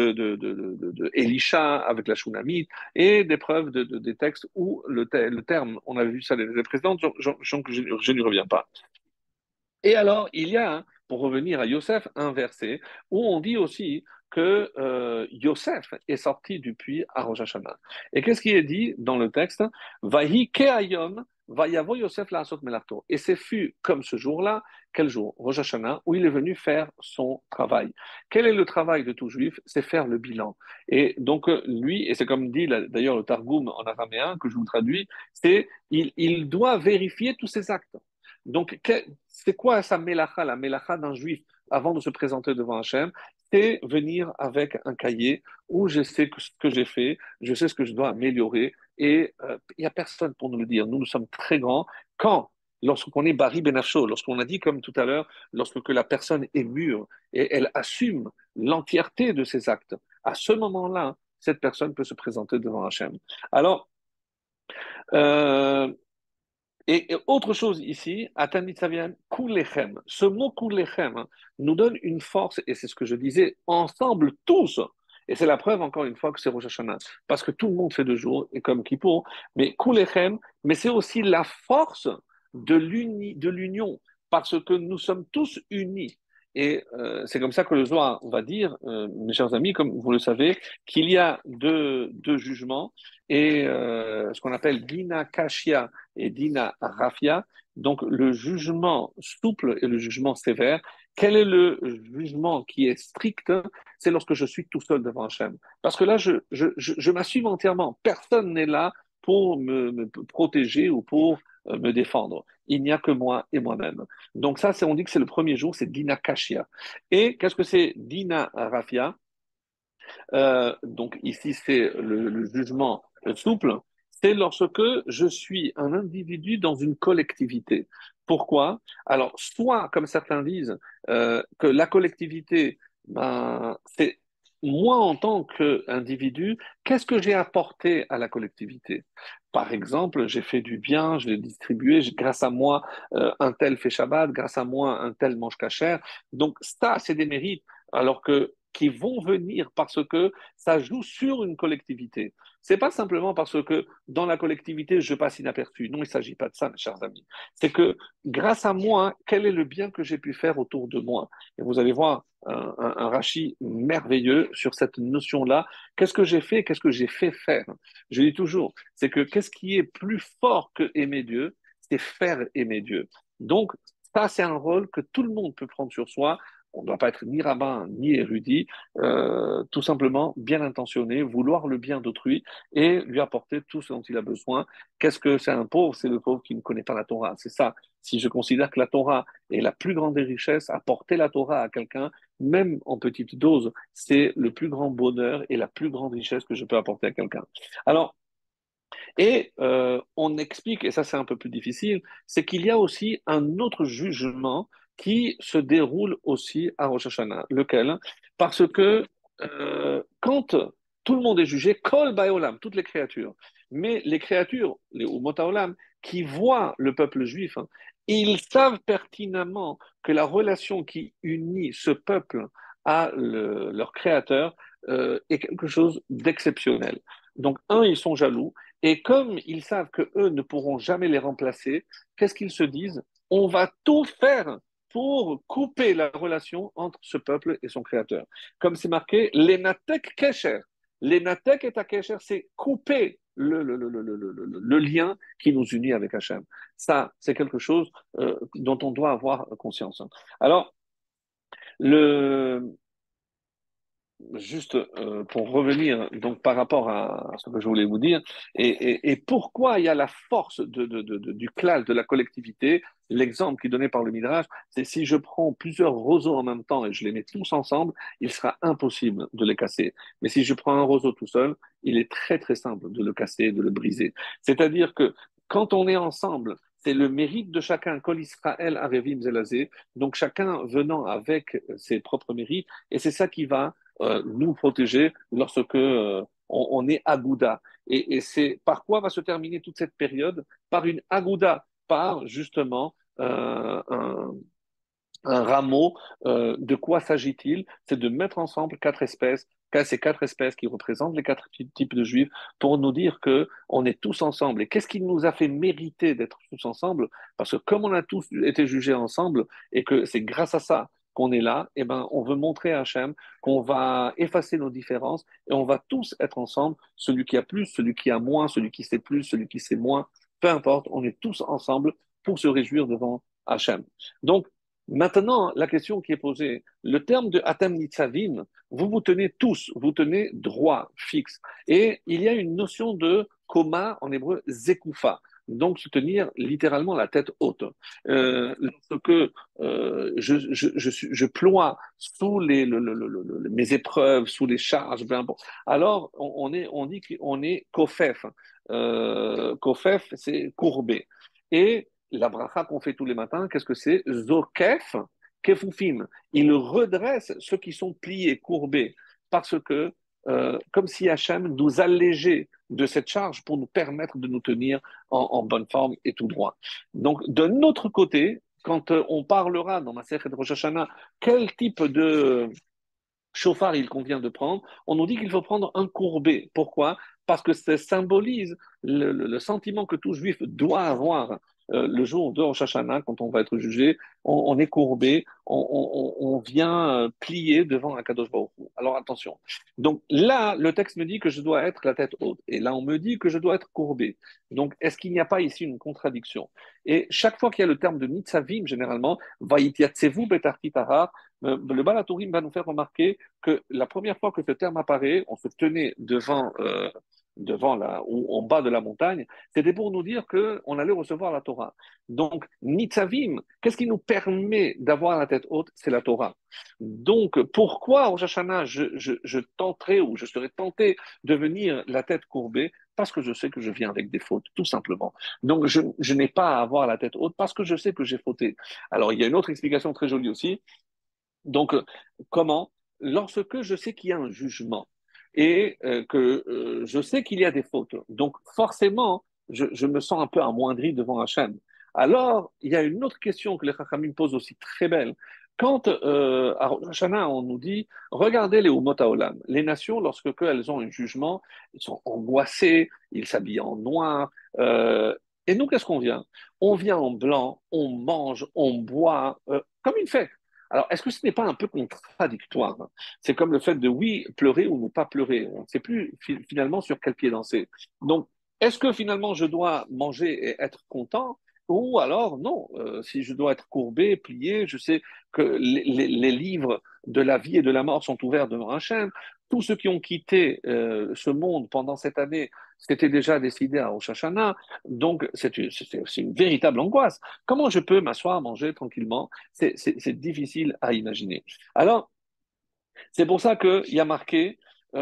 de Elisha avec la Shunamite, et des preuves des textes où le terme, on avait vu ça les précédentes, je n'y reviens pas. Et alors, il y a pour revenir à Yosef, un verset où on dit aussi que Yosef est sorti du puits à Rosh Hashanah. Et qu'est-ce qui est dit dans le texte? Vahi keayom, vayavo Yosef la'asot melarto. Et c'est fut comme ce jour-là, quel jour? Rosh Hashanah, où il est venu faire son travail. Quel est le travail de tout juif? C'est faire le bilan. Et donc, lui, et c'est comme dit d'ailleurs le Targum en araméen, que je vous traduis, c'est il doit vérifier tous ses actes. Donc, c'est quoi sa mélacha, la mélacha d'un juif avant de se présenter devant Hachem? C'est venir avec un cahier où je sais ce que j'ai fait, je sais ce que je dois améliorer, et il n'y a personne pour nous le dire. Nous sommes très grands. Quand Lorsqu'on est Bari Benafsho, lorsqu'on a dit comme tout à l'heure, lorsque que la personne est mûre et elle assume l'entièreté de ses actes, à ce moment-là, cette personne peut se présenter devant Hachem. Alors, euh, et autre chose ici, Atanit Savian, Kulechem. Ce mot Kulechem nous donne une force, et c'est ce que je disais, ensemble tous. Et c'est la preuve, encore une fois, que c'est Rosh Hashanah. Parce que tout le monde fait 2 jours, et comme Kippour, mais Kulechem, mais c'est aussi la force de l'union, parce que nous sommes tous unis. Et c'est comme ça que le Zohar va dire, mes chers amis, comme vous le savez, qu'il y a deux jugements, et ce qu'on appelle Dina Kashia et Dina Rafia, donc le jugement souple et le jugement sévère. Quel est le jugement qui est strict? C'est lorsque je suis tout seul devant Hachem. Parce que là, je m'assume entièrement. Personne n'est là pour me protéger ou pour me défendre. Il n'y a que moi et moi-même. Donc ça, on dit que c'est le premier jour, c'est Dina Kashia. Et qu'est-ce que c'est Dina Rafia? Donc ici, c'est le jugement souple. C'est lorsque je suis un individu dans une collectivité. Pourquoi? Alors, soit, comme certains disent, que la collectivité, ben, c'est moi en tant qu'individu, qu'est-ce que j'ai apporté à la collectivité? Par exemple, j'ai fait du bien, je l'ai distribué, grâce à moi, un tel fait Shabbat, grâce à moi, un tel mange cachère. Donc ça, c'est des mérites. Alors que qui vont venir parce que ça joue sur une collectivité. C'est pas simplement parce que dans la collectivité, je passe inaperçu. Non, il ne s'agit pas de ça, mes chers amis. C'est que grâce à moi, quel est le bien que j'ai pu faire autour de moi? Et vous allez voir un Rashi merveilleux sur cette notion-là. Qu'est-ce que j'ai fait? Qu'est-ce que j'ai fait faire? Je dis toujours, c'est que qu'est-ce qui est plus fort que aimer Dieu? C'est faire aimer Dieu. Donc, ça, c'est un rôle que tout le monde peut prendre sur soi. On ne doit pas être ni rabbin ni érudit, tout simplement bien intentionné, vouloir le bien d'autrui et lui apporter tout ce dont il a besoin. Qu'est-ce que c'est un pauvre? C'est le pauvre qui ne connaît pas la Torah. C'est ça. Si je considère que la Torah est la plus grande des richesses, apporter la Torah à quelqu'un, même en petite dose, c'est le plus grand bonheur et la plus grande richesse que je peux apporter à quelqu'un. Alors, et on explique, et ça c'est un peu plus difficile, c'est qu'il y a aussi un autre jugement qui se déroule aussi à Rosh Hashanah. Lequel? Parce que quand tout le monde est jugé, Kol Baolam, toutes les créatures, mais les créatures, les Umot Haolam, qui voient le peuple juif, hein, ils savent pertinemment que la relation qui unit ce peuple à leur créateur est quelque chose d'exceptionnel. Donc, ils sont jaloux, et comme ils savent que eux ne pourront jamais les remplacer, qu'est-ce qu'ils se disent? On va tout faire pour couper la relation entre ce peuple et son créateur. Comme c'est marqué, l'enatek kesher. L'enatek et kesher, c'est couper le lien qui nous unit avec Hachem. Ça, c'est quelque chose dont on doit avoir conscience. Alors, le, juste pour revenir donc par rapport à ce que je voulais vous dire et pourquoi il y a la force du clash de la collectivité. L'exemple qui est donné par le Midrash, c'est si je prends plusieurs roseaux en même temps et je les mets tous ensemble, il sera impossible de les casser. Mais si je prends un roseau tout seul, il est très très simple de le casser, de le briser. C'est-à-dire que quand on est ensemble, c'est le mérite de chacun, Kol Israël Arevim Zelazé, donc chacun venant avec ses propres mérites, et c'est ça qui va nous protéger lorsque on est agouda. Et c'est par quoi va se terminer toute cette période? Par une agouda, par justement un rameau. De quoi s'agit-il? C'est de mettre ensemble 4 espèces, ces quatre espèces qui représentent les quatre types de juifs, pour nous dire que on est tous ensemble. Et qu'est-ce qui nous a fait mériter d'être tous ensemble? Parce que comme on a tous été jugés ensemble et que c'est grâce à ça qu'on est là, eh ben, on veut montrer à Hachem qu'on va effacer nos différences et on va tous être ensemble, celui qui a plus, celui qui a moins, celui qui sait plus, celui qui sait moins, peu importe, on est tous ensemble pour se réjouir devant Hachem. Donc, maintenant, la question qui est posée, le terme de Atam Nitzavim, vous vous tenez tous, vous tenez droit, fixe. Et il y a une notion de koma, en hébreu, zekufa. Donc, se tenir littéralement la tête haute. Lorsque je ploie sous mes épreuves, sous les charges, peu importe, alors on dit qu'on est kofef. Kofef, c'est courbé. Et la bracha qu'on fait tous les matins, qu'est-ce que c'est? Zokef, kefufim. Il redresse ceux qui sont pliés, courbés, parce que, comme si Hachem nous allégeait de cette charge pour nous permettre de nous tenir en bonne forme et tout droit. Donc, de notre côté, quand on parlera dans ma Masechet Rosh Hashanah, quel type de chauffard il convient de prendre, on nous dit qu'il faut prendre un courbé. Pourquoi? Parce que ça symbolise le sentiment que tout juif doit avoir le jour de Rosh Hashanah, quand on va être jugé, on est courbé, on vient plier devant un Kadosh Baruch Hu. Alors attention. Donc là, le texte me dit que je dois être la tête haute. Et là, on me dit que je dois être courbé. Donc, est-ce qu'il n'y a pas ici une contradiction? Et chaque fois qu'il y a le terme de Nitzavim, généralement, Vayitiatsevu betarkitara, le Balatourim va nous faire remarquer que la première fois que ce terme apparaît, on se tenait devant ou en bas de la montagne, c'était pour nous dire qu'on allait recevoir la Torah. Donc, Nitzavim, qu'est-ce qui nous permet d'avoir la tête haute? C'est la Torah. Donc, pourquoi au Hashanah, je tenterai ou je serais tenté de venir la tête courbée? Parce que je sais que je viens avec des fautes, tout simplement. Donc, je n'ai pas à avoir la tête haute parce que je sais que j'ai fauté. Alors, il y a une autre explication très jolie aussi. Donc, comment? Lorsque je sais qu'il y a un jugement et que je sais qu'il y a des fautes, donc forcément, je me sens un peu amoindri devant Hachem. Alors, il y a une autre question que les Chachamim posent aussi très belle. Quand à Rosh Hashanah, on nous dit, regardez les Umot HaOlam, les nations, lorsque elles ont un jugement, ils sont angoissés, ils s'habillent en noir. Et nous, qu'est-ce qu'on vient? On vient en blanc, on mange, on boit, comme une fête. Alors, est-ce que ce n'est pas un peu contradictoire? C'est comme le fait de oui, pleurer ou ne pas pleurer. On ne sait plus finalement sur quel pied danser. Donc, est-ce que finalement je dois manger et être content? Ou alors, non, si je dois être courbé, plié, je sais que les livres de la vie et de la mort sont ouverts devant un chêne. Tous ceux qui ont quitté ce monde pendant cette année, c'était déjà décidé à Rosh Hashanah. Donc, c'est une véritable angoisse. Comment je peux m'asseoir, manger tranquillement? C'est difficile à imaginer. Alors, c'est pour ça qu'il y a marqué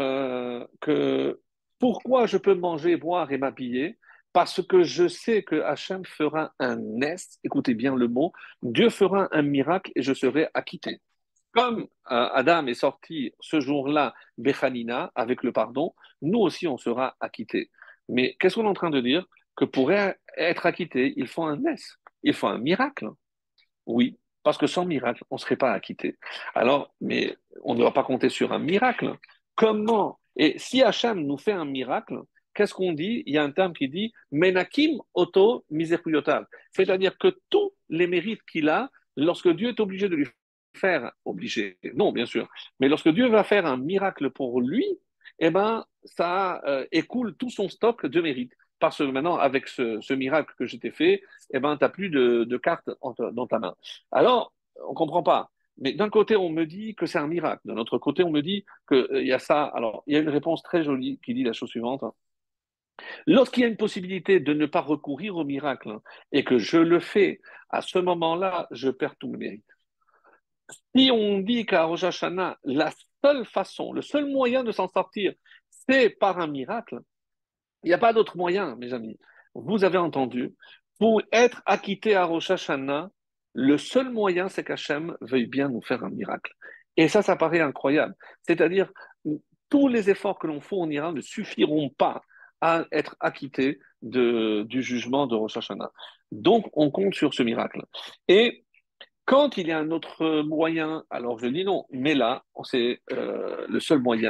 que pourquoi je peux manger, boire et m'habiller? Parce que je sais que Hachem fera un est, écoutez bien le mot, Dieu fera un miracle et je serai acquitté. Comme Adam est sorti ce jour-là, Bechanina, avec le pardon, nous aussi on sera acquittés. Mais qu'est-ce qu'on est en train de dire? Que pour être acquitté, il faut un est, il faut un miracle. Oui, parce que sans miracle, on ne serait pas acquitté. Alors, mais on ne doit pas compter sur un miracle. Comment? Et si Hachem nous fait un miracle, qu'est-ce qu'on dit? Il y a un terme qui dit Menakim Oto Misericordiatal. C'est-à-dire que tous les mérites qu'il a, lorsque Dieu est obligé de lui faire, obligé, non, bien sûr, mais lorsque Dieu va faire un miracle pour lui, eh ben, ça écoule tout son stock de mérites. Parce que maintenant, avec ce miracle que je t'ai fait, eh ben, tu n'as plus de cartes dans ta main. Alors, on ne comprend pas. Mais d'un côté, on me dit que c'est un miracle. D'un autre côté, on me dit qu'il y a ça. Alors, il y a une réponse très jolie qui dit la chose suivante. Lorsqu'il y a une possibilité de ne pas recourir au miracle et que je le fais, à ce moment-là, je perds tout le mérite. Si on dit qu'à Rosh Hashanah, la seule façon, le seul moyen de s'en sortir, c'est par un miracle, il n'y a pas d'autre moyen, mes amis. Vous avez entendu, pour être acquitté à Rosh Hashanah, le seul moyen, c'est qu'Hachem veuille bien nous faire un miracle. Et ça paraît incroyable. C'est-à-dire, tous les efforts que l'on fournira ne suffiront pas à être acquitté du jugement de Rosh Hashanah. Donc, on compte sur ce miracle. Et quand il y a un autre moyen, alors je dis non, mais là, c'est le seul moyen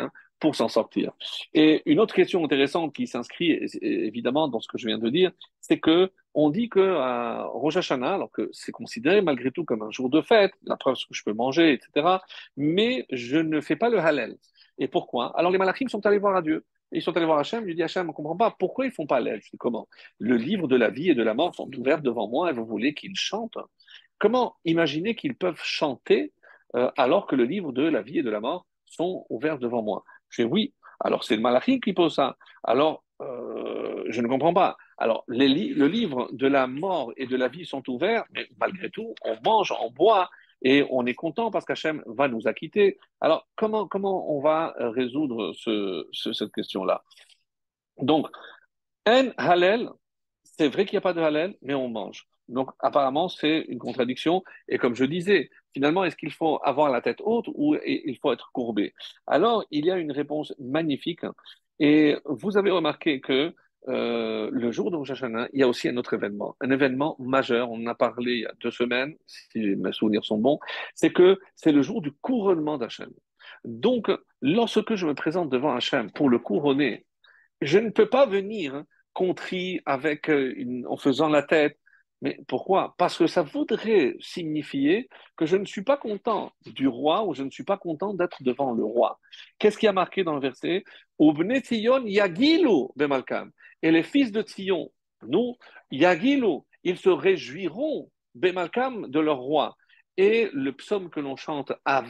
pour s'en sortir. Et une autre question intéressante qui s'inscrit évidemment dans ce que je viens de dire, c'est que on dit que à Rosh Hashanah, alors que c'est considéré malgré tout comme un jour de fête, la preuve c'est que je peux manger, etc., mais je ne fais pas le Hallel. Et pourquoi? Alors les Malachim sont allés voir à Dieu. Ils sont allés voir Hachem, ils lui disent Hachem, on ne comprend pas pourquoi ils font pas l'aide. Je dis comment? Le livre de la vie et de la mort sont ouverts devant moi et vous voulez qu'ils chantent? Comment imaginer qu'ils peuvent chanter alors que le livre de la vie et de la mort sont ouverts devant moi? Je dis oui. Alors c'est le Malachim qui pose ça. Alors je ne comprends pas. Alors le livre de la mort et de la vie sont ouverts, mais malgré tout, on mange, on boit et on est content parce qu'Hachem va nous acquitter. Alors comment on va résoudre cette question-là? Donc, un Hallel, c'est vrai qu'il n'y a pas de Hallel, mais on mange. Donc, apparemment, c'est une contradiction. Et comme je disais, finalement, est-ce qu'il faut avoir la tête haute ou il faut être courbé? Alors, il y a une réponse magnifique. Et vous avez remarqué que le jour de Rosh Hashanah, il y a aussi un événement majeur. On en a parlé il y a 2 semaines, si mes souvenirs sont bons. C'est que c'est le jour du couronnement d'Hachem. Donc, lorsque je me présente devant Hachem pour le couronner, je ne peux pas venir contrit avec en faisant la tête. Mais pourquoi? Parce que ça voudrait signifier que je ne suis pas content du roi ou je ne suis pas content d'être devant le roi. Qu'est-ce qui a marqué dans le verset? Ubne Tzion yagilu bemalkam. Et les fils de Tzion, nous, yagilu, ils se réjouiront bemalkam de leur roi. Et le psaume que l'on chante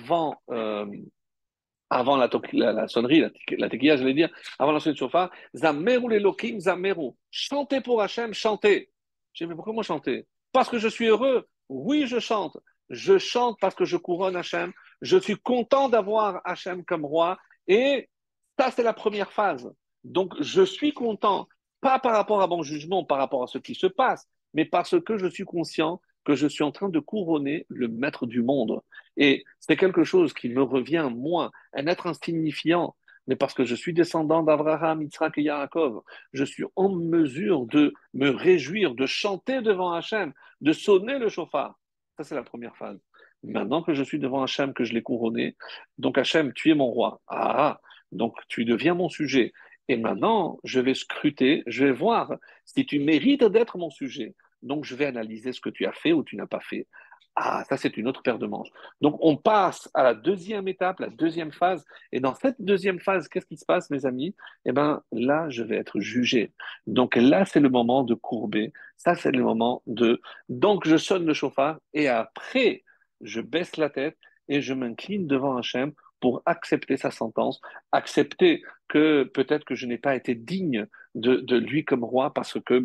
avant la sonnerie, la tequilla, je vais dire, avant la sonnerie de chauffard, Zameru l'Elohim, Zameru. Chantez pour Hachem, chantez. J'ai dit, mais pourquoi moi chanter? Parce que je suis heureux. Oui, je chante. Je chante parce que je couronne Hachem. Je suis content d'avoir Hachem comme roi. Et ça, c'est la première phase. Donc, je suis content, pas par rapport à mon jugement, par rapport à ce qui se passe, mais parce que je suis conscient que je suis en train de couronner le maître du monde. Et c'est quelque chose qui me revient, moi, un être insignifiant, mais parce que je suis descendant d'Abraham, Yitzhak et Yaakov, je suis en mesure de me réjouir, de chanter devant Hachem, de sonner le chauffard. Ça, c'est la première phase. Maintenant que je suis devant Hachem, que je l'ai couronné, donc Hachem, tu es mon roi. Ah, donc tu deviens mon sujet. Et maintenant, je vais scruter, je vais voir si tu mérites d'être mon sujet. Donc, je vais analyser ce que tu as fait ou tu n'as pas fait. Ah, ça, c'est une autre paire de manches. Donc, on passe à la deuxième étape, la deuxième phase. Et dans cette deuxième phase, qu'est-ce qui se passe, mes amis? Eh bien, là, je vais être jugé. Donc, là, c'est le moment de courber. Ça, c'est le moment de... Donc, je sonne le chauffard et après, je baisse la tête et je m'incline devant Hachem pour accepter sa sentence, accepter que peut-être que je n'ai pas été digne de lui comme roi parce que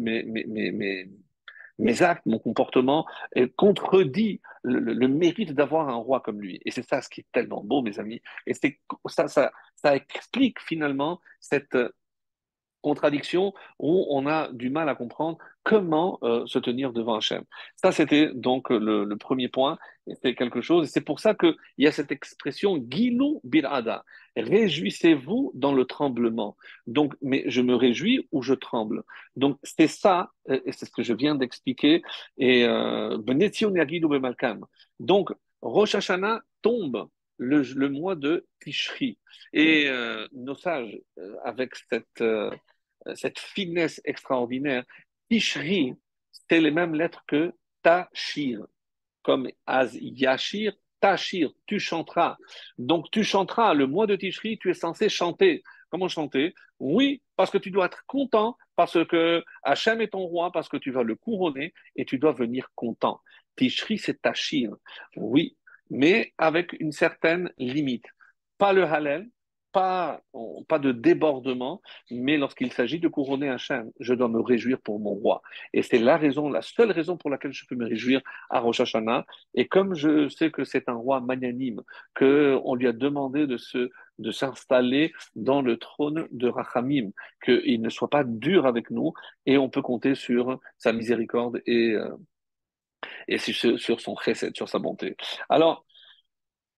mes actes, mon comportement contredit le mérite d'avoir un roi comme lui. Et c'est ça ce qui est tellement beau, mes amis. Et ça explique finalement cette contradiction où on a du mal à comprendre comment se tenir devant Hachem. Ça, c'était donc le premier point. Et c'est quelque chose. Et c'est pour ça qu'il y a cette expression Gilou Birada. Réjouissez-vous dans le tremblement. Donc, mais je me réjouis ou je tremble. Donc, c'est ça, et c'est ce que je viens d'expliquer. Et Benetzion Yagidou Bemalkam. Donc, Rosh Hashanah tombe le mois de Tishri. Et nos sages, avec cette finesse extraordinaire. Tishri, c'est les mêmes lettres que Tashir, comme Az Yashir, Tashir, tu chanteras. Donc tu chanteras, le mois de Tishri, tu es censé chanter. Comment chanter? Oui, parce que tu dois être content, parce que Hachem est ton roi, parce que tu vas le couronner et tu dois venir content. Tishri, c'est Tashir. Oui, mais avec une certaine limite. Pas le Hallel, pas de débordement, mais lorsqu'il s'agit de couronner Hachem, je dois me réjouir pour mon roi. Et c'est la raison, la seule raison pour laquelle je peux me réjouir à Rosh Hashanah. Et comme je sais que c'est un roi magnanime, qu'on lui a demandé de s'installer dans le trône de Rachamim, qu'il ne soit pas dur avec nous, et on peut compter sur sa miséricorde et sur son chesed, sur sa bonté. Alors,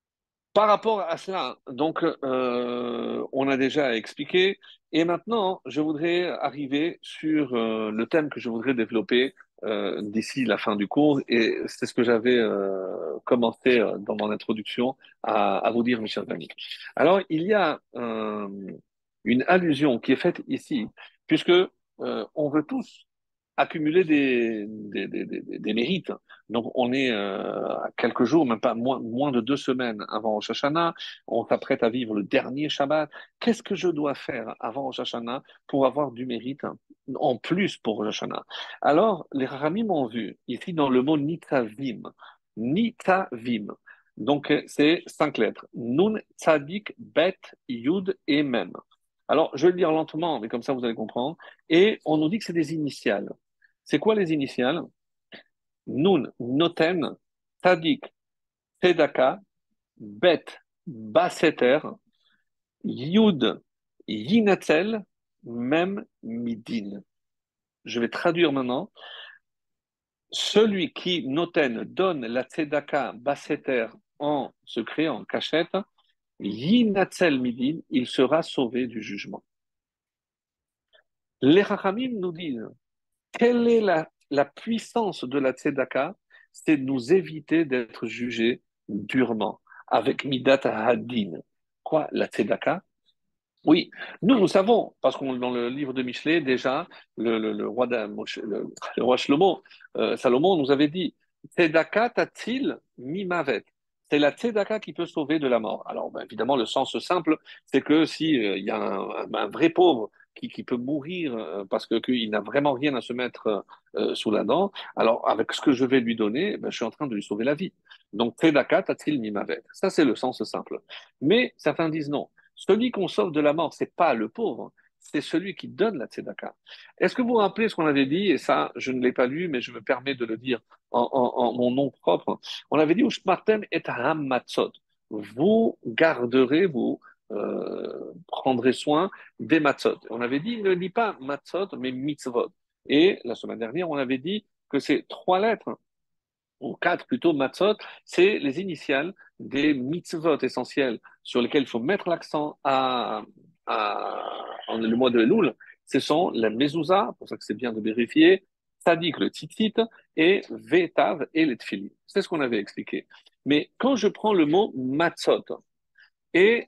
Par rapport à cela, donc on a déjà expliqué, et maintenant je voudrais arriver sur le thème que je voudrais développer d'ici la fin du cours, et c'est ce que j'avais commencé dans mon introduction à vous dire, mes chers amis. Alors il y a une allusion qui est faite ici, puisque on veut tous accumuler des mérites. Donc, on est à quelques jours, même pas moins de 2 semaines avant Rosh Hashanah. On s'apprête à vivre le dernier Shabbat. Qu'est-ce que je dois faire avant Rosh Hashanah pour avoir du mérite en plus pour Rosh Hashanah? Alors, les Rahamim ont vu ici dans le mot Nitavim. Nitavim. Donc, c'est 5 lettres. Nun, Tzadik, Bet, Yud et Mem. Alors, je vais le dire lentement, mais comme ça vous allez comprendre. Et on nous dit que c'est des initiales. C'est quoi les initiales? Nun, Noten, Tadik, Tzedaka, Bet, Baseter, Yud, Yinatzel, Mem, Midin. Je vais traduire maintenant. Celui qui, Noten, donne la Tzedaka, Baseter en secret, en cachette, Yinatzel, Midin, il sera sauvé du jugement. Les Rachamim nous disent, quelle est la puissance de la tzedaka? C'est de nous éviter d'être jugés durement, avec Midat Hadin. Quoi, la tzedaka? Oui, nous savons, parce qu'on dans le livre de Michelet, déjà, le roi, le roi Shlomo, Salomon nous avait dit, tzedaka tatil mimavet. C'est la tzedaka qui peut sauver de la mort. Alors, ben, évidemment, le sens simple, c'est que si il y a un vrai pauvre qui peut mourir parce que qu'il n'a vraiment rien à se mettre sous la dent, alors avec ce que je vais lui donner, ben, je suis en train de lui sauver la vie. Donc, tzedaka tatil mimavet. Ça, c'est le sens simple. Mais certains disent non. Celui qu'on sauve de la mort, c'est pas le pauvre, c'est celui qui donne la tzedaka. Est-ce que vous vous rappelez ce qu'on avait dit? Et ça, je ne l'ai pas lu, mais je me permets de le dire en mon nom propre. On avait dit, Ushmartem et hamatzot. Vous garderez, vous prendrez soin des matzot. On avait dit, ne lis pas matzot, mais mitzvot. Et la semaine dernière, on avait dit que c'est 3 lettres ou 4 plutôt, matzot, c'est les initiales des mitzvot essentiels sur lesquels il faut mettre l'accent en le mois de Elul. Ce sont la mezouza, pour ça que c'est bien de vérifier, tzadik, le tzitzit, et vetav et les tfili. C'est ce qu'on avait expliqué. Mais quand je prends le mot matzot et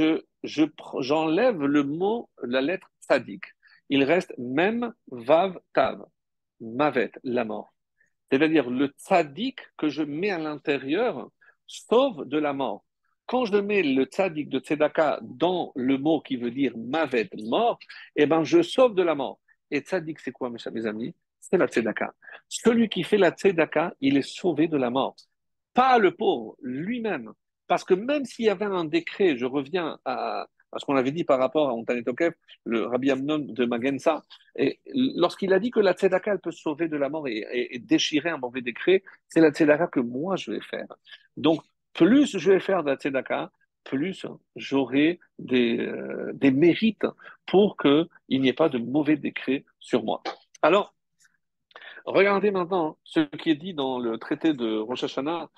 j'enlève le mot, la lettre tzadik, il reste même vav tav, mavet, la mort. C'est-à-dire le tzaddik que je mets à l'intérieur sauve de la mort. Quand je mets le tzaddik de tzedaka dans le mot qui veut dire mavet, mort, eh ben je sauve de la mort. Et tzaddik, c'est quoi, mes amis? C'est la tzedaka. Celui qui fait la tzedaka, il est sauvé de la mort. Pas le pauvre, lui-même. Parce que même s'il y avait un décret, je reviens à ce qu'on avait dit par rapport à Ontanet Tokef, le Rabbi Amnon de Magensa, et lorsqu'il a dit que la tzedaka, elle peut sauver de la mort et déchirer un mauvais décret, c'est la tzedaka que moi je vais faire. Donc, plus je vais faire de la tzedaka, plus j'aurai des mérites pour qu'il n'y ait pas de mauvais décret sur moi. Alors, regardez maintenant ce qui est dit dans le traité de Rosh Hashanah,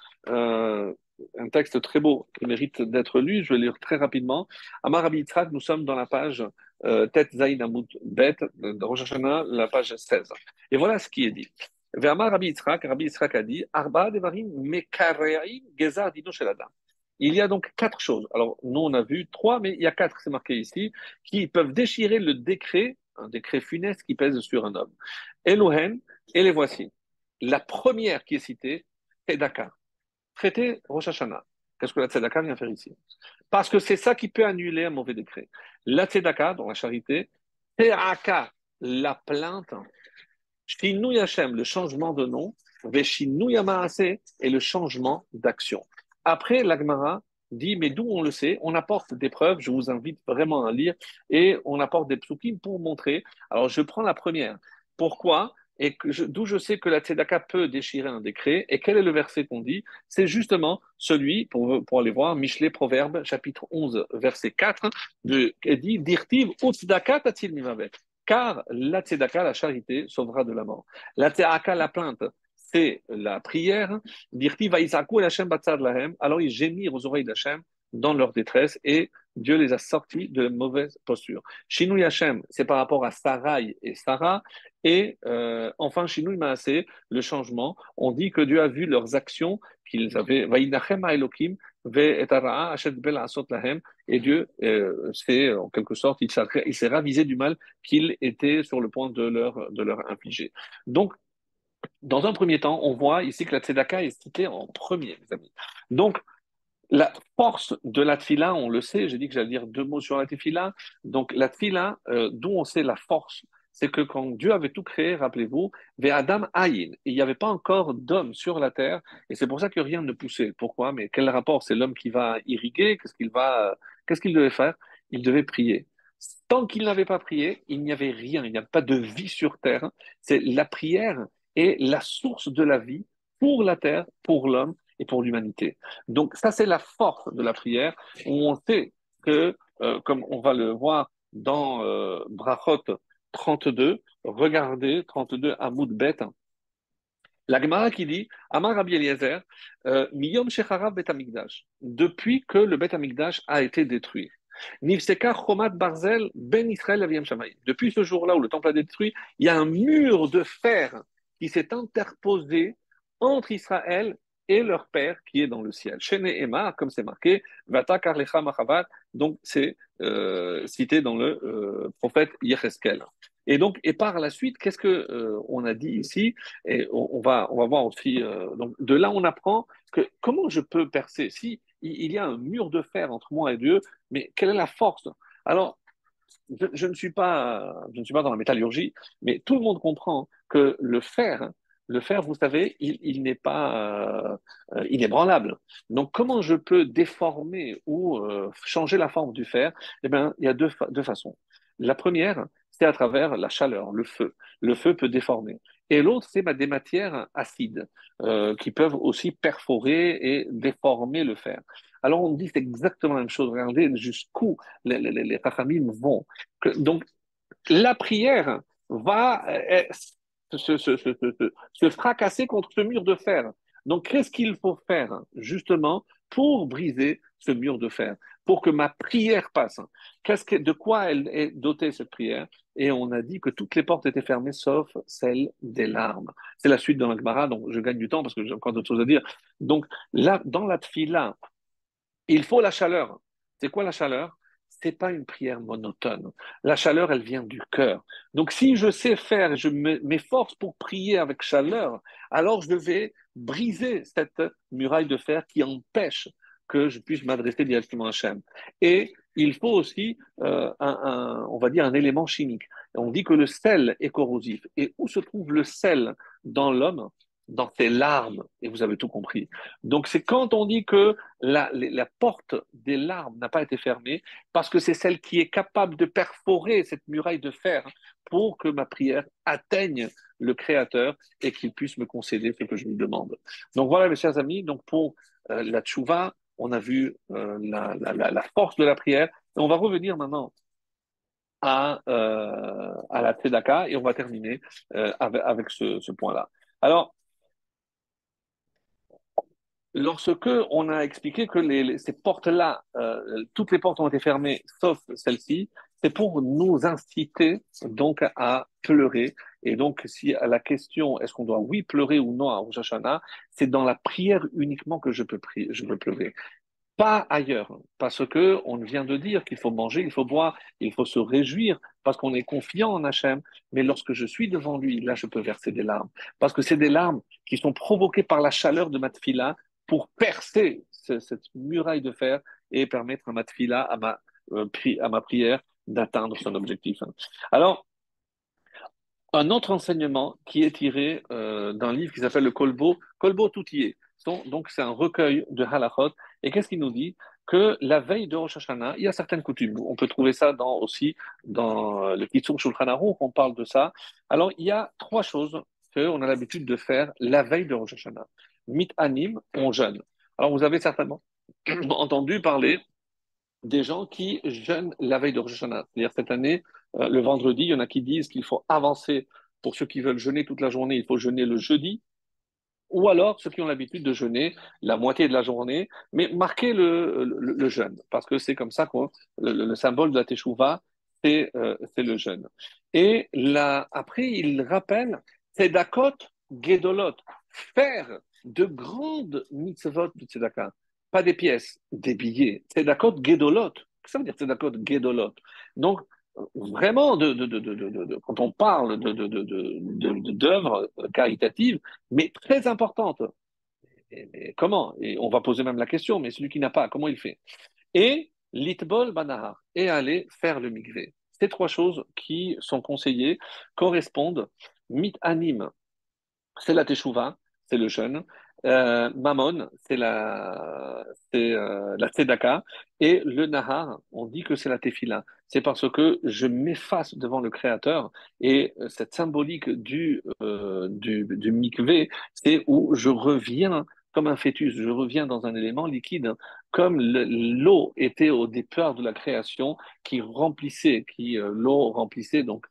un texte très beau qui mérite d'être lu. Je vais lire très rapidement. Amar Rabbi Yitzhak, nous sommes dans la page Tet Zayin Amud Bet de Rosh Hashanah, la page 16. Et voilà ce qui est dit. Ve'amar Rabbi Yitzhak a dit, Arba devarim mekareim gezar dino shel adam. Il y a donc 4 choses. Alors, nous, on a vu 3, mais il y a 4, c'est marqué ici, qui peuvent déchirer le décret, un décret funeste qui pèse sur un homme. Elohen, et les voici. La première qui est citée, Tzedaka. Traité Rosh Hashanah. Qu'est-ce que la Tzedaka vient faire ici? Parce que c'est ça qui peut annuler un mauvais décret. La Tzedaka, dans la charité, Te'aka, la plainte, Shinui Hashem, le changement de nom, Veshinui Maaseh, et le changement d'action. Après, l'Agmara dit, mais d'où on le sait, on apporte des preuves, je vous invite vraiment à lire, et on apporte des psukim pour montrer. Alors, je prends la première. Pourquoi? Et d'où je sais que la tzedaka peut déchirer un décret. Et quel est le verset qu'on dit? C'est justement celui, pour aller voir, Michelet Proverbe, chapitre 11, verset 4, qui dit, Dirtiv tzedaka tatil mimavet. Car la tzedaka, la charité, sauvera de la mort. La tzedaka, la plainte, c'est la prière. Dirti vaïsaku el Hashem batzad lahem. Alors ils gémirent aux oreilles d'Hachem dans leur détresse et Dieu les a sortis de mauvaise posture. Shinui Hashem, c'est par rapport à Sarai et Sarah. Et enfin, Shinui Maaseh, le changement. On dit que Dieu a vu leurs actions qu'ils avaient. Vaïnachem Elokim ve'etara'a ashet bel asot lahem. Et Dieu, c'est en quelque sorte, il s'est ravisé du mal qu'il était sur le point de leur infliger. Donc, dans un premier temps, on voit ici que la tzedaka est citée en premier, mes amis. Donc, la force de la tfila, on le sait, j'ai dit que j'allais dire deux mots sur la tfila. Donc, la tfila, d'où on sait la force, c'est que quand Dieu avait tout créé, rappelez-vous, Adam Ayin, il n'y avait pas encore d'homme sur la terre, et c'est pour ça que rien ne poussait. Pourquoi? Mais quel rapport? C'est l'homme qui va irriguer, qu'est-ce qu'il devait faire? Il devait prier. Tant qu'il n'avait pas prié, il n'y avait rien, il n'y a pas de vie sur terre. C'est la prière est la source de la vie pour la terre, pour l'homme et pour l'humanité. Donc ça, c'est la force de la prière, où on sait que, comme on va le voir dans Brachot 32, regardez 32 Amoud Bet, la Gemara qui dit, Amar Rabbi Eliezer, Miyom Shecharav Bet Amigdash, depuis que le Bet Amigdash a été détruit. Nifseka Chomat Barzel Ben Israël Aviyam Shamayim. Depuis ce jour-là où le temple a été détruit, il y a un mur de fer qui s'est interposé entre Israël et leur père qui est dans le ciel. Shene Emar, comme c'est marqué, Vata Karlecha Machavat, donc c'est cité dans le prophète Yecheskel. Et donc, et par la suite, qu'est-ce que on a dit ici? Et on va voir aussi. Donc, de là, on apprend que comment je peux percer si il y a un mur de fer entre moi et Dieu, mais quelle est la force? Alors, je ne suis pas dans la métallurgie, mais tout le monde comprend que le fer, vous savez, il n'est pas inébranlable. Donc, comment je peux déformer ou changer la forme du fer? Eh bien, il y a deux façons. La première, c'est à travers la chaleur, le feu. Le feu peut déformer. Et l'autre, c'est des matières acides qui peuvent aussi perforer et déformer le fer. Alors, on dit c'est exactement la même chose. Regardez jusqu'où les Rachamim vont. Donc, la prière va se fracasser contre ce mur de fer. Donc, qu'est-ce qu'il faut faire justement pour briser ce mur de fer, pour que ma prière passe? De quoi elle est dotée cette prière? Et on a dit que toutes les portes étaient fermées sauf celle des larmes. C'est la suite dans la Gemara, donc je gagne du temps parce que j'ai encore d'autres choses à dire. Donc là, dans la tfila, il faut la chaleur. C'est quoi la chaleur? C'est pas une prière monotone. La chaleur, elle vient du cœur. Donc, si je sais faire, m'efforce pour prier avec chaleur, alors je vais briser cette muraille de fer qui empêche que je puisse m'adresser directement à Hachem. Et il faut aussi, on va dire, un élément chimique. On dit que le sel est corrosif. Et où se trouve le sel dans l'homme? Dans ses larmes. Et vous avez tout compris. Donc, c'est quand on dit que la porte des larmes n'a pas été fermée, parce que c'est celle qui est capable de perforer cette muraille de fer pour que ma prière atteigne le Créateur et qu'il puisse me concéder ce que je lui demande. Donc voilà, mes chers amis, donc pour la tchouva, on a vu la force de la prière. Et on va revenir maintenant à la tzedaka et on va terminer avec ce point-là. Alors, lorsque on a expliqué que ces portes-là, toutes les portes ont été fermées, sauf celle-ci, c'est pour nous inciter donc à pleurer. Et donc, si à la question est-ce qu'on doit oui pleurer ou non à Rosh Hashanah, c'est dans la prière uniquement que je peux prier, je peux pleurer. Pas ailleurs, parce que on vient de dire qu'il faut manger, il faut boire, il faut se réjouir, parce qu'on est confiant en Hachem. Mais lorsque je suis devant lui, là, je peux verser des larmes, parce que c'est des larmes qui sont provoquées par la chaleur de ma tefila pour percer cette muraille de fer et permettre à ma tefila, à ma prière, d'atteindre son objectif. Alors, un autre enseignement qui est tiré d'un livre qui s'appelle le Kolbo Toutier. Donc, c'est un recueil de halachot. Et qu'est-ce qu'il nous dit? Que la veille de Rosh Hashanah, il y a certaines coutumes. On peut trouver ça aussi dans le Kitzur Shulchan Aruch, on parle de ça. Alors, il y a trois choses qu'on a l'habitude de faire la veille de Rosh Hashanah. Mit anim, on jeûne. Alors, vous avez certainement entendu parler des gens qui jeûnent la veille de Rosh Hashanah. C'est-à-dire cette année, le vendredi, il y en a qui disent qu'il faut avancer. Pour ceux qui veulent jeûner toute la journée, il faut jeûner le jeudi. ou alors ceux qui ont l'habitude de jeûner la moitié de la journée, mais marquer le jeûne, parce que c'est comme ça que le symbole de la Teshuvah, c'est le jeûne. Et là, après, il rappelle Tzedakot Gedolot, faire de grandes mitzvot de Tzedaka, pas des pièces, des billets. Tzedakot Gedolot, qu'est-ce que ça veut dire Tzedakot Gedolot? Donc, vraiment, quand on parle d'œuvres caritatives, mais très importantes. Mais comment? Et on va poser même la question, mais celui qui n'a pas, comment il fait? Et l'itbol banahar, et aller faire le migré. Ces trois choses qui sont conseillées correspondent mit anim, c'est la teshuva, c'est le jeûne. Mammon, c'est la tzedaka. Et le nahar, on dit que c'est la tefila. C'est parce que je m'efface devant le Créateur. Et cette symbolique du mikvé, c'est où je reviens comme un fœtus, je reviens dans un élément liquide, comme l'eau était au départ de la création, l'eau remplissait donc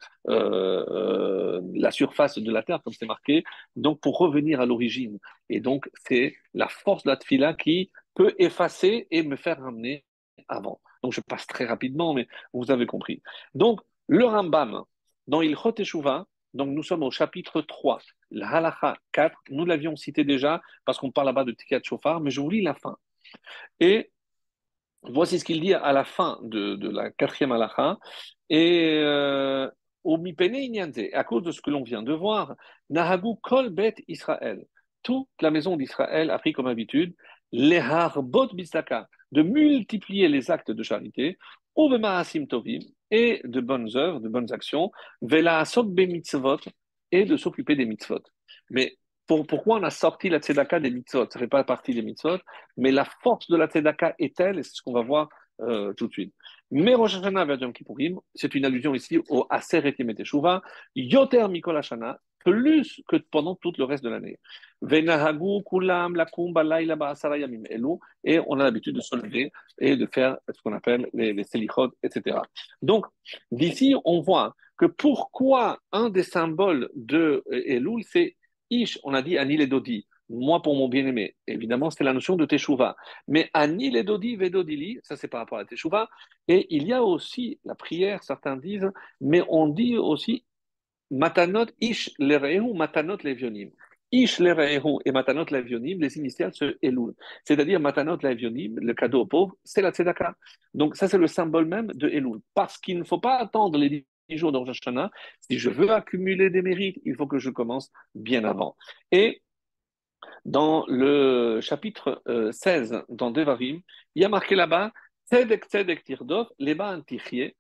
la surface de la terre, comme c'est marqué, donc pour revenir à l'origine. Et donc, c'est la force de la tfila qui peut effacer et me faire ramener avant. Donc, je passe très rapidement, mais vous avez compris. Donc, le Rambam, dans Ilchot Teshuvah, donc nous sommes au chapitre 3, la halacha 4, nous l'avions cité déjà parce qu'on parle là-bas de Tikat Shofar, mais je vous lis la fin. Et voici ce qu'il dit à la fin de la quatrième halakha. Et au mipene inyanze, à cause de ce que l'on vient de voir, nahagu kol bet Israël, toute la maison d'Israël a pris comme habitude les harbot bistaka, de multiplier les actes de charité, ou bemaasim tovim, et de bonnes œuvres, de bonnes actions, vela asok be mitzvot, et de s'occuper des mitzvot. Mais pourquoi on a sorti la tzedaka des mitzvot? Ça ne fait pas partie des mitzvot, mais la force de la tzedaka est telle, et c'est ce qu'on va voir tout de suite. Mais Rosh Hashanah vers Yom Kippourim, c'est une allusion ici au Aseret Yom Teshuvah, Yoter Mikol Hashana, plus que pendant tout le reste de l'année. Venahagu kulam lakum balayla ba'asara yamim elu, et on a l'habitude de se lever et de faire ce qu'on appelle les selichot, etc. Donc, d'ici, on voit que pourquoi un des symboles de Elul, c'est Ish, on a dit Anil et Dodi, moi pour mon bien-aimé. Évidemment, c'est la notion de Teshuvah. Mais Anil et Dodi, Vedodili, ça c'est par rapport à Teshuvah. Et il y a aussi la prière, certains disent, mais on dit aussi Matanot Ish Lerehu, Matanot Levionim. Ish Lerehu et Matanot Levionim, les initiales se Elul. C'est-à-dire Matanot Levionim, le cadeau aux pauvres, c'est la Tzedaka. Donc ça c'est le symbole même de Elul. Parce qu'il ne faut pas attendre les 10 jours de Rosh Hashanah. Si je veux accumuler des mérites, il faut que je commence bien avant. Et dans le chapitre 16, dans Devarim, il y a marqué là-bas, Tzedek Tzedek Tirdov, Leba Antichie,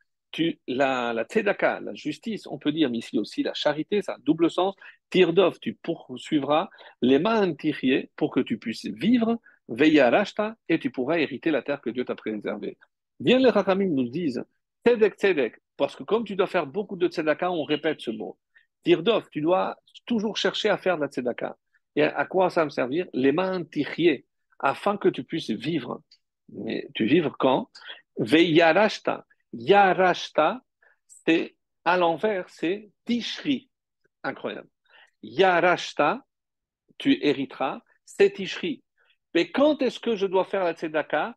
la tzedaka, la justice, on peut dire, mais ici aussi la charité, ça a un double sens. Tirdov, tu poursuivras, Lema Antichie, pour que tu puisses vivre, Veya Rashta, et tu pourras hériter la terre que Dieu t'a préservée. Bien les Rachamim nous disent, Tzedek Tzedek, parce que comme tu dois faire beaucoup de tzedaka, on répète ce mot. Tirdov, tu dois toujours chercher à faire de la tzedaka. Et à quoi ça va me servir? Les mains tichier, afin que tu puisses vivre. Mais tu vivres quand? Veyarashta. Yarashta, c'est à l'envers, c'est tishri. Incroyable. Yarashta, tu hériteras, c'est tishri. Mais quand est-ce que je dois faire la tzedaka?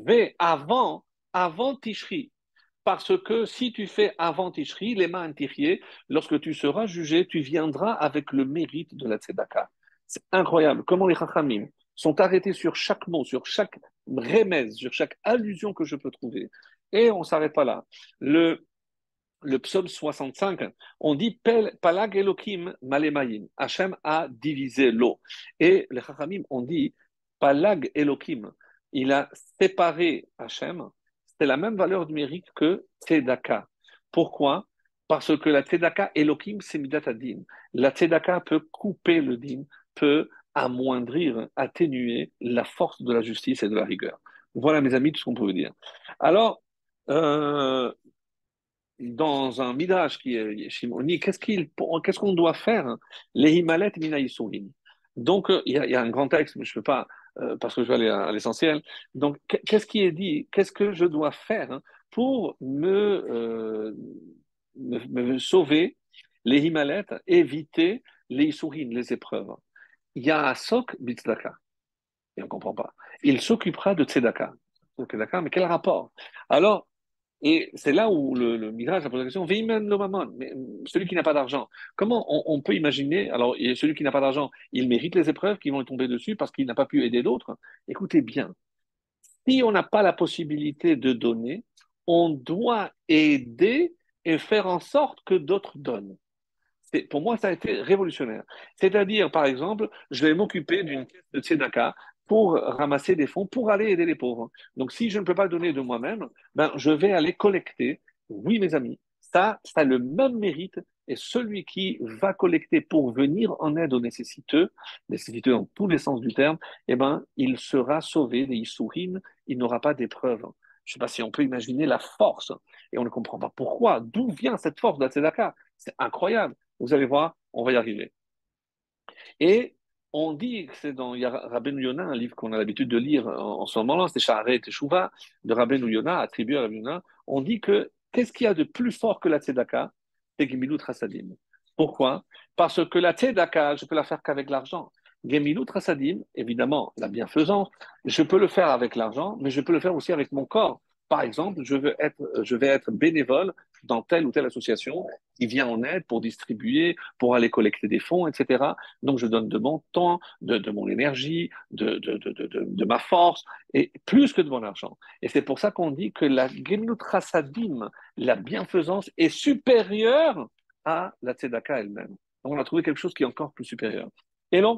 Avant tishri. Parce que si tu fais avant Tishri, les mains tichier, lorsque tu seras jugé, tu viendras avec le mérite de la tzedaka. C'est incroyable comment les Chachamim sont arrêtés sur chaque mot, sur chaque remèze, sur chaque allusion que je peux trouver. Et on ne s'arrête pas là. Le psaume 65, on dit Palag Elohim Malemayim. Hachem a divisé l'eau. Et les Chachamim ont dit Palag Elohim. Il a séparé Hachem. C'est la même valeur numérique que Tzedaka. Pourquoi? Parce que la Tzedaka Elohim, c'est Midat Adin. La Tzedaka peut couper le din, peut amoindrir, atténuer la force de la justice et de la rigueur. Voilà, mes amis, tout ce qu'on peut vous dire. Alors, euh, dans un midrash qui est shimoni, qu'est-ce qu'on doit faire? Les himalet mina yisurin. Donc, il y a un grand texte, mais je ne peux pas, parce que je vais aller à l'essentiel. Donc, qu'est-ce qui est dit? Qu'est-ce que je dois faire pour me sauver les himalets, éviter les yisurin, les épreuves? Ya'asok bitzedaka. Et on ne comprend pas. Il s'occupera de tzedaka. Ok, d'accord, mais quel rapport? Alors, et c'est là où le Midrash a posé la question, Veimen lo mamon, mais celui qui n'a pas d'argent, comment on peut imaginer, alors et celui qui n'a pas d'argent, il mérite les épreuves qui vont lui tomber dessus parce qu'il n'a pas pu aider d'autres. Écoutez bien, si on n'a pas la possibilité de donner, on doit aider et faire en sorte que d'autres donnent. Pour moi, ça a été révolutionnaire. C'est-à-dire, par exemple, je vais m'occuper d'une caisse de tzedaka pour ramasser des fonds pour aller aider les pauvres. Donc, si je ne peux pas donner de moi-même, ben, je vais aller collecter. Oui, mes amis, ça a le même mérite. Et celui qui va collecter pour venir en aide aux nécessiteux dans tous les sens du terme, eh ben, il sera sauvé des Issourim, il n'aura pas d'épreuve. Je ne sais pas si on peut imaginer la force, et on ne comprend pas pourquoi. D'où vient cette force de la tzedaka? C'est incroyable. Vous allez voir, on va y arriver. Et on dit que c'est dans Rabbeinu Yonah, un livre qu'on a l'habitude de lire en ce moment-là, c'est Sha'arei Teshuvah de Rabbeinu Yonah, attribué à Rabbeinu Yonah. On dit que qu'est-ce qu'il y a de plus fort que la tzedaka? C'est Gemilut Hasadim. Pourquoi? Parce que la tzedaka, je peux la faire qu'avec l'argent. Gemilut Hasadim, évidemment, la bienfaisance, je peux le faire avec l'argent, mais je peux le faire aussi avec mon corps. Par exemple, je vais être bénévole dans telle ou telle association qui vient en aide pour distribuer, pour aller collecter des fonds, etc. Donc, je donne de mon temps, de mon énergie, de ma force, et plus que de mon argent. Et c'est pour ça qu'on dit que la Gemlut Chassadim, la bienfaisance, est supérieure à la Tzedaka elle-même. Donc, on a trouvé quelque chose qui est encore plus supérieur. Et donc,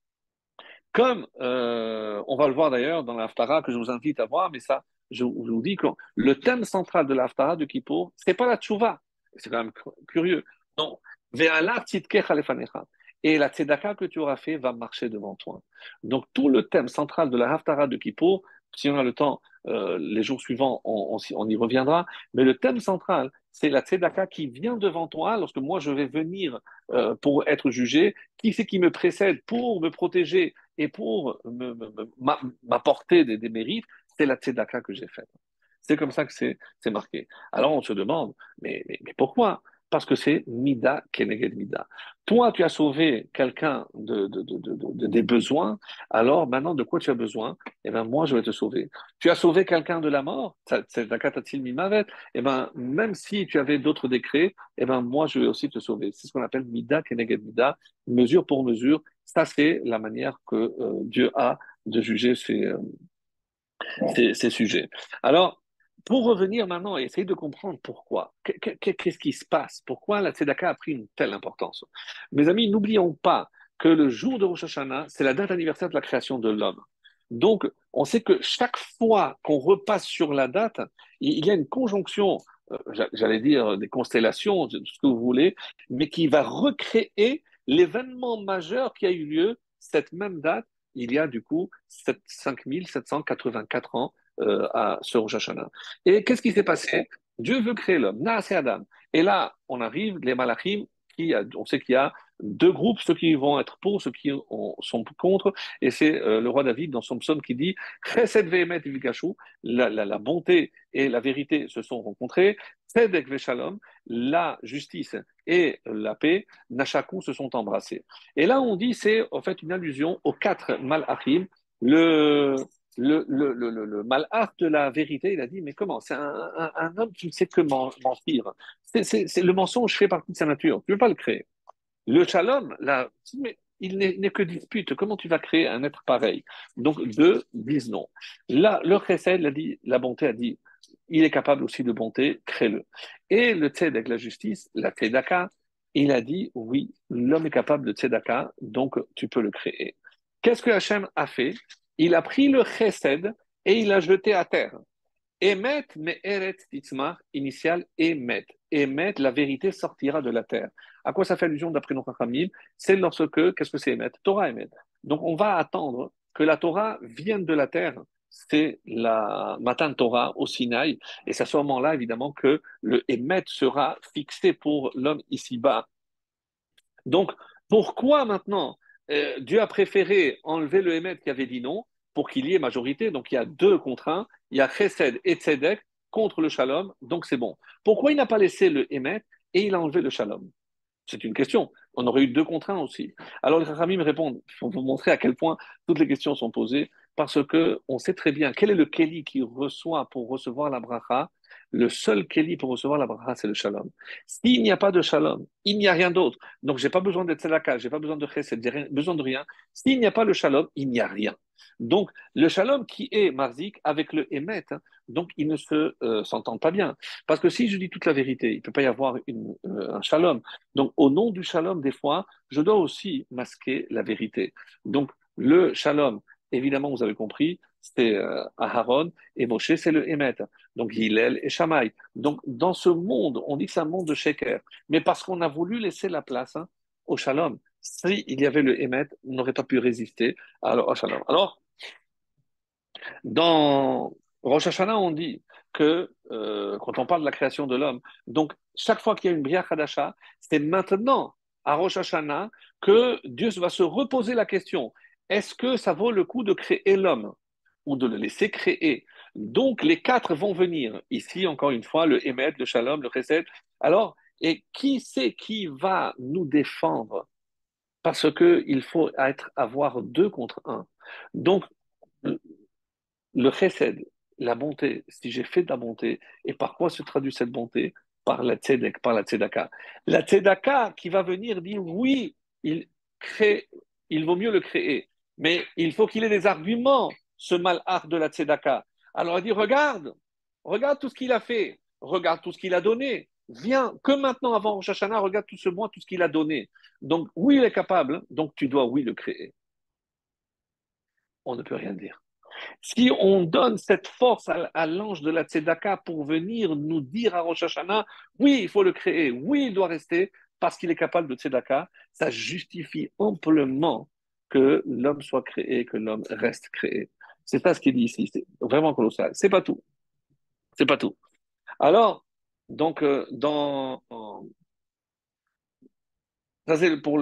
comme on va le voir d'ailleurs dans l'Haftara que je vous invite à voir, mais ça, je vous dis que le thème central de l'Haftara de Kippour, c'est pas la tchouva. C'est quand même curieux. Non. Ve'ala tzidkecha lefanecha. Et la tzedaka que tu auras fait va marcher devant toi. Donc tout le thème central de la Haftara de Kippour, si on a le temps, les jours suivants, on y reviendra. Mais le thème central, c'est la tzedaka qui vient devant toi lorsque moi je vais venir pour être jugé. Qui c'est qui me précède pour me protéger et pour m'apporter des mérites, c'est la tzedaka que j'ai faite. C'est comme ça que c'est marqué. Alors on se demande, mais pourquoi? Parce que c'est Mida Keneged Mida. Toi, tu as sauvé quelqu'un des besoins, alors maintenant, de quoi tu as besoin? Eh bien, moi, je vais te sauver. Tu as sauvé quelqu'un de la mort, c'est la katatil mimavet, eh bien, même si tu avais d'autres décrets, eh bien, moi, je vais aussi te sauver. C'est ce qu'on appelle Mida Keneged Mida, mesure pour mesure. Ça, c'est la manière que Dieu a de juger ces sujets. Alors, pour revenir maintenant et essayer de comprendre pourquoi, qu'est-ce qui se passe, pourquoi la Tzedaka a pris une telle importance. Mes amis, n'oublions pas que le jour de Rosh Hashanah, c'est la date anniversaire de la création de l'homme. Donc, on sait que chaque fois qu'on repasse sur la date, il y a une conjonction, j'allais dire des constellations, tout ce que vous voulez, mais qui va recréer l'événement majeur qui a eu lieu cette même date il y a du coup 5784 ans à ce Rosh Hashanah. Et qu'est-ce qui s'est passé? Dieu veut créer l'homme, Naas et Adam. Et là, on arrive, les Malachim, on sait qu'il y a deux groupes, ceux qui vont être pour, ceux qui sont contre. Et c'est le roi David dans son psaume qui dit Chesed ve'emet v'ikashu, la bonté et la vérité se sont rencontrées. Tzedek ve'shalom, la justice et la paix, Nachakou, se sont embrassés. Et là, on dit, c'est en fait une allusion aux quatre malachim. Le malach de la vérité, il a dit, mais comment? C'est un homme qui ne sait que mentir. Le mensonge fait partie de sa nature. Tu ne peux pas le créer. Le shalom, là, mais il n'est que dispute. Comment tu vas créer un être pareil? Donc, deux disent non. Là, le chesed, la bonté a dit, il est capable aussi de bonté, crée-le. Et le tzedek, la justice, la tzedaka, il a dit, oui, l'homme est capable de tzedaka, donc tu peux le créer. Qu'est-ce que Hachem a fait? Il a pris le chesed et il l'a jeté à terre. Emet me eret titzmar, initial Emet. Emet, la vérité sortira de la terre. À quoi ça fait allusion d'après nos Chachamim? C'est lorsque, qu'est-ce que c'est Emet? Torah Emet. Donc on va attendre que la Torah vienne de la terre. C'est la Matan Torah au Sinaï. Et c'est à ce moment-là, évidemment, que le Emet sera fixé pour l'homme ici-bas. Donc, pourquoi maintenant Dieu a préféré enlever le Emet qui avait dit non pour qu'il y ait majorité? Donc, il y a deux contre un. Il y a Chesed et Tzedek contre le Shalom, donc c'est bon. Pourquoi il n'a pas laissé le Emet et il a enlevé le Shalom? C'est une question. On aurait eu 2 contre 1 aussi. Alors les Rachamim me répondent, pour vous montrer à quel point toutes les questions sont posées, parce que on sait très bien quel est le Kéli qui reçoit pour recevoir la bracha. Le seul Kéli pour recevoir la bracha, c'est le Shalom. S'il n'y a pas de Shalom, il n'y a rien d'autre. Donc j'ai pas besoin de tzedaka, j'ai pas besoin de chesed, j'ai besoin de rien. S'il n'y a pas le Shalom, il n'y a rien. Donc le Shalom qui est marzik avec le Emet, hein, donc ils ne s'entendent pas bien. Parce que si je dis toute la vérité, il ne peut pas y avoir un Shalom. Donc, au nom du shalom, des fois, je dois aussi masquer la vérité. Donc, le shalom, évidemment, vous avez compris, c'est Aharon et Moshe, c'est le Hémet. Donc, Hillel et Shammai. Donc, dans ce monde, on dit que c'est un monde de Sheker. Mais parce qu'on a voulu laisser la place hein, au shalom. Si il y avait le Hémet, on n'aurait pas pu résister au shalom. Alors, dans Rosh Hashanah, on dit que quand on parle de la création de l'homme, donc chaque fois qu'il y a une Bria Hadasha, c'est maintenant à Rosh Hashanah que Dieu va se reposer la question, est-ce que ça vaut le coup de créer l'homme ou de le laisser créer? Donc les quatre vont venir. Ici, encore une fois, le Hémet, le Shalom, le Chesed. Alors, et qui c'est qui va nous défendre? Parce qu'il faut avoir 2 contre 1. Donc, le chesed, la bonté, si j'ai fait de la bonté, et par quoi se traduit cette bonté? Par la tzedek, par la tzedaka. La tzedaka qui va venir dire oui, il crée, il vaut mieux le créer, mais il faut qu'il ait des arguments, ce malach de la tzedaka. Alors il dit regarde, regarde tout ce qu'il a fait, regarde tout ce qu'il a donné. Viens, que maintenant avant Rosh Hashanah, regarde tout ce mois, tout ce qu'il a donné. Donc oui, il est capable, donc tu dois oui le créer. On ne peut rien dire. Si on donne cette force à l'ange de la Tzedaka pour venir nous dire à Rosh Hashanah, oui, il faut le créer, oui, il doit rester parce qu'il est capable de Tzedaka, ça justifie amplement que l'homme soit créé, que l'homme reste créé. C'est ça ce qu'il dit ici, c'est vraiment colossal. C'est pas tout, c'est pas tout. Alors, donc, ça c'est pour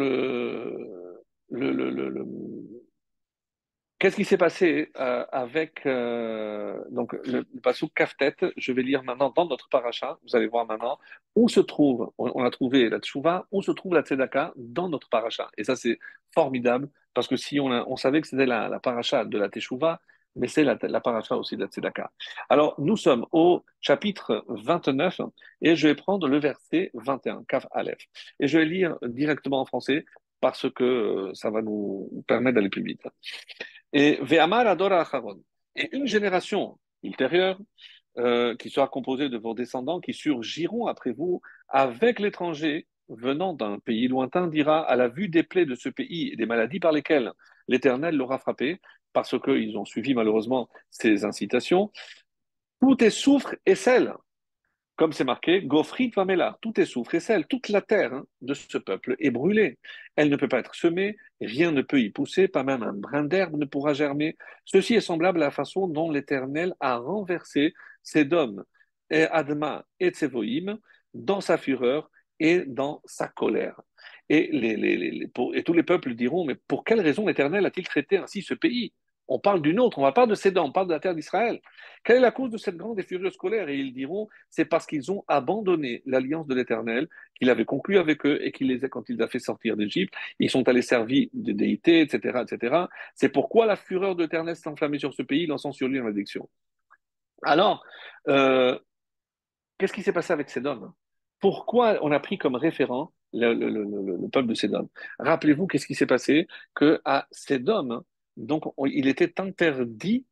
le qu'est-ce qui s'est passé avec donc le pasuk Kaftet? Je vais lire maintenant dans notre paracha. Vous allez voir maintenant où se trouve. On a trouvé la tchouva, où se trouve la tzedaka dans notre paracha. Et ça c'est formidable parce que si on savait que c'était la paracha de la teshuva, mais c'est la paracha aussi de la tzedaka. Alors nous sommes au chapitre 29 et je vais prendre le verset 21, Kaf Aleph. Et je vais lire directement en français parce que ça va nous permettre d'aller plus vite. Et Ve'amar Ador Acharon. Et une génération ultérieure, qui sera composée de vos descendants qui surgiront après vous avec l'étranger venant d'un pays lointain, dira à la vue des plaies de ce pays et des maladies par lesquelles l'Éternel l'aura frappé, parce qu'ils ont suivi malheureusement ses incitations, tout est soufre et sel. Comme c'est marqué, Gofrit Vamela, tout est soufre et sel, toute la terre hein, de ce peuple est brûlée. Elle ne peut pas être semée, rien ne peut y pousser, pas même un brin d'herbe ne pourra germer. Ceci est semblable à la façon dont l'Éternel a renversé Sédom, et Adma et Tsevoïm dans sa fureur et dans sa colère. Et, et tous les peuples diront, mais pour quelle raison l'Éternel a-t-il traité ainsi ce pays? On parle d'une autre, on ne parle pas de Sédom, on parle de la terre d'Israël. Quelle est la cause de cette grande et furieuse colère? Et ils diront, c'est parce qu'ils ont abandonné l'alliance de l'Éternel qu'il avait conclue avec eux et quand il les a fait sortir d'Égypte, ils sont allés servir des déités, etc., etc. C'est pourquoi la fureur de l'Éternel s'est enflammée sur ce pays, lançant sur lui une malédiction. Alors, euh, qu'est-ce qui s'est passé avec Sédom? Pourquoi on a pris comme référent le peuple de Sédom? Rappelez-vous, qu'est-ce qui s'est passé? Que à Sédom, donc, il était interdit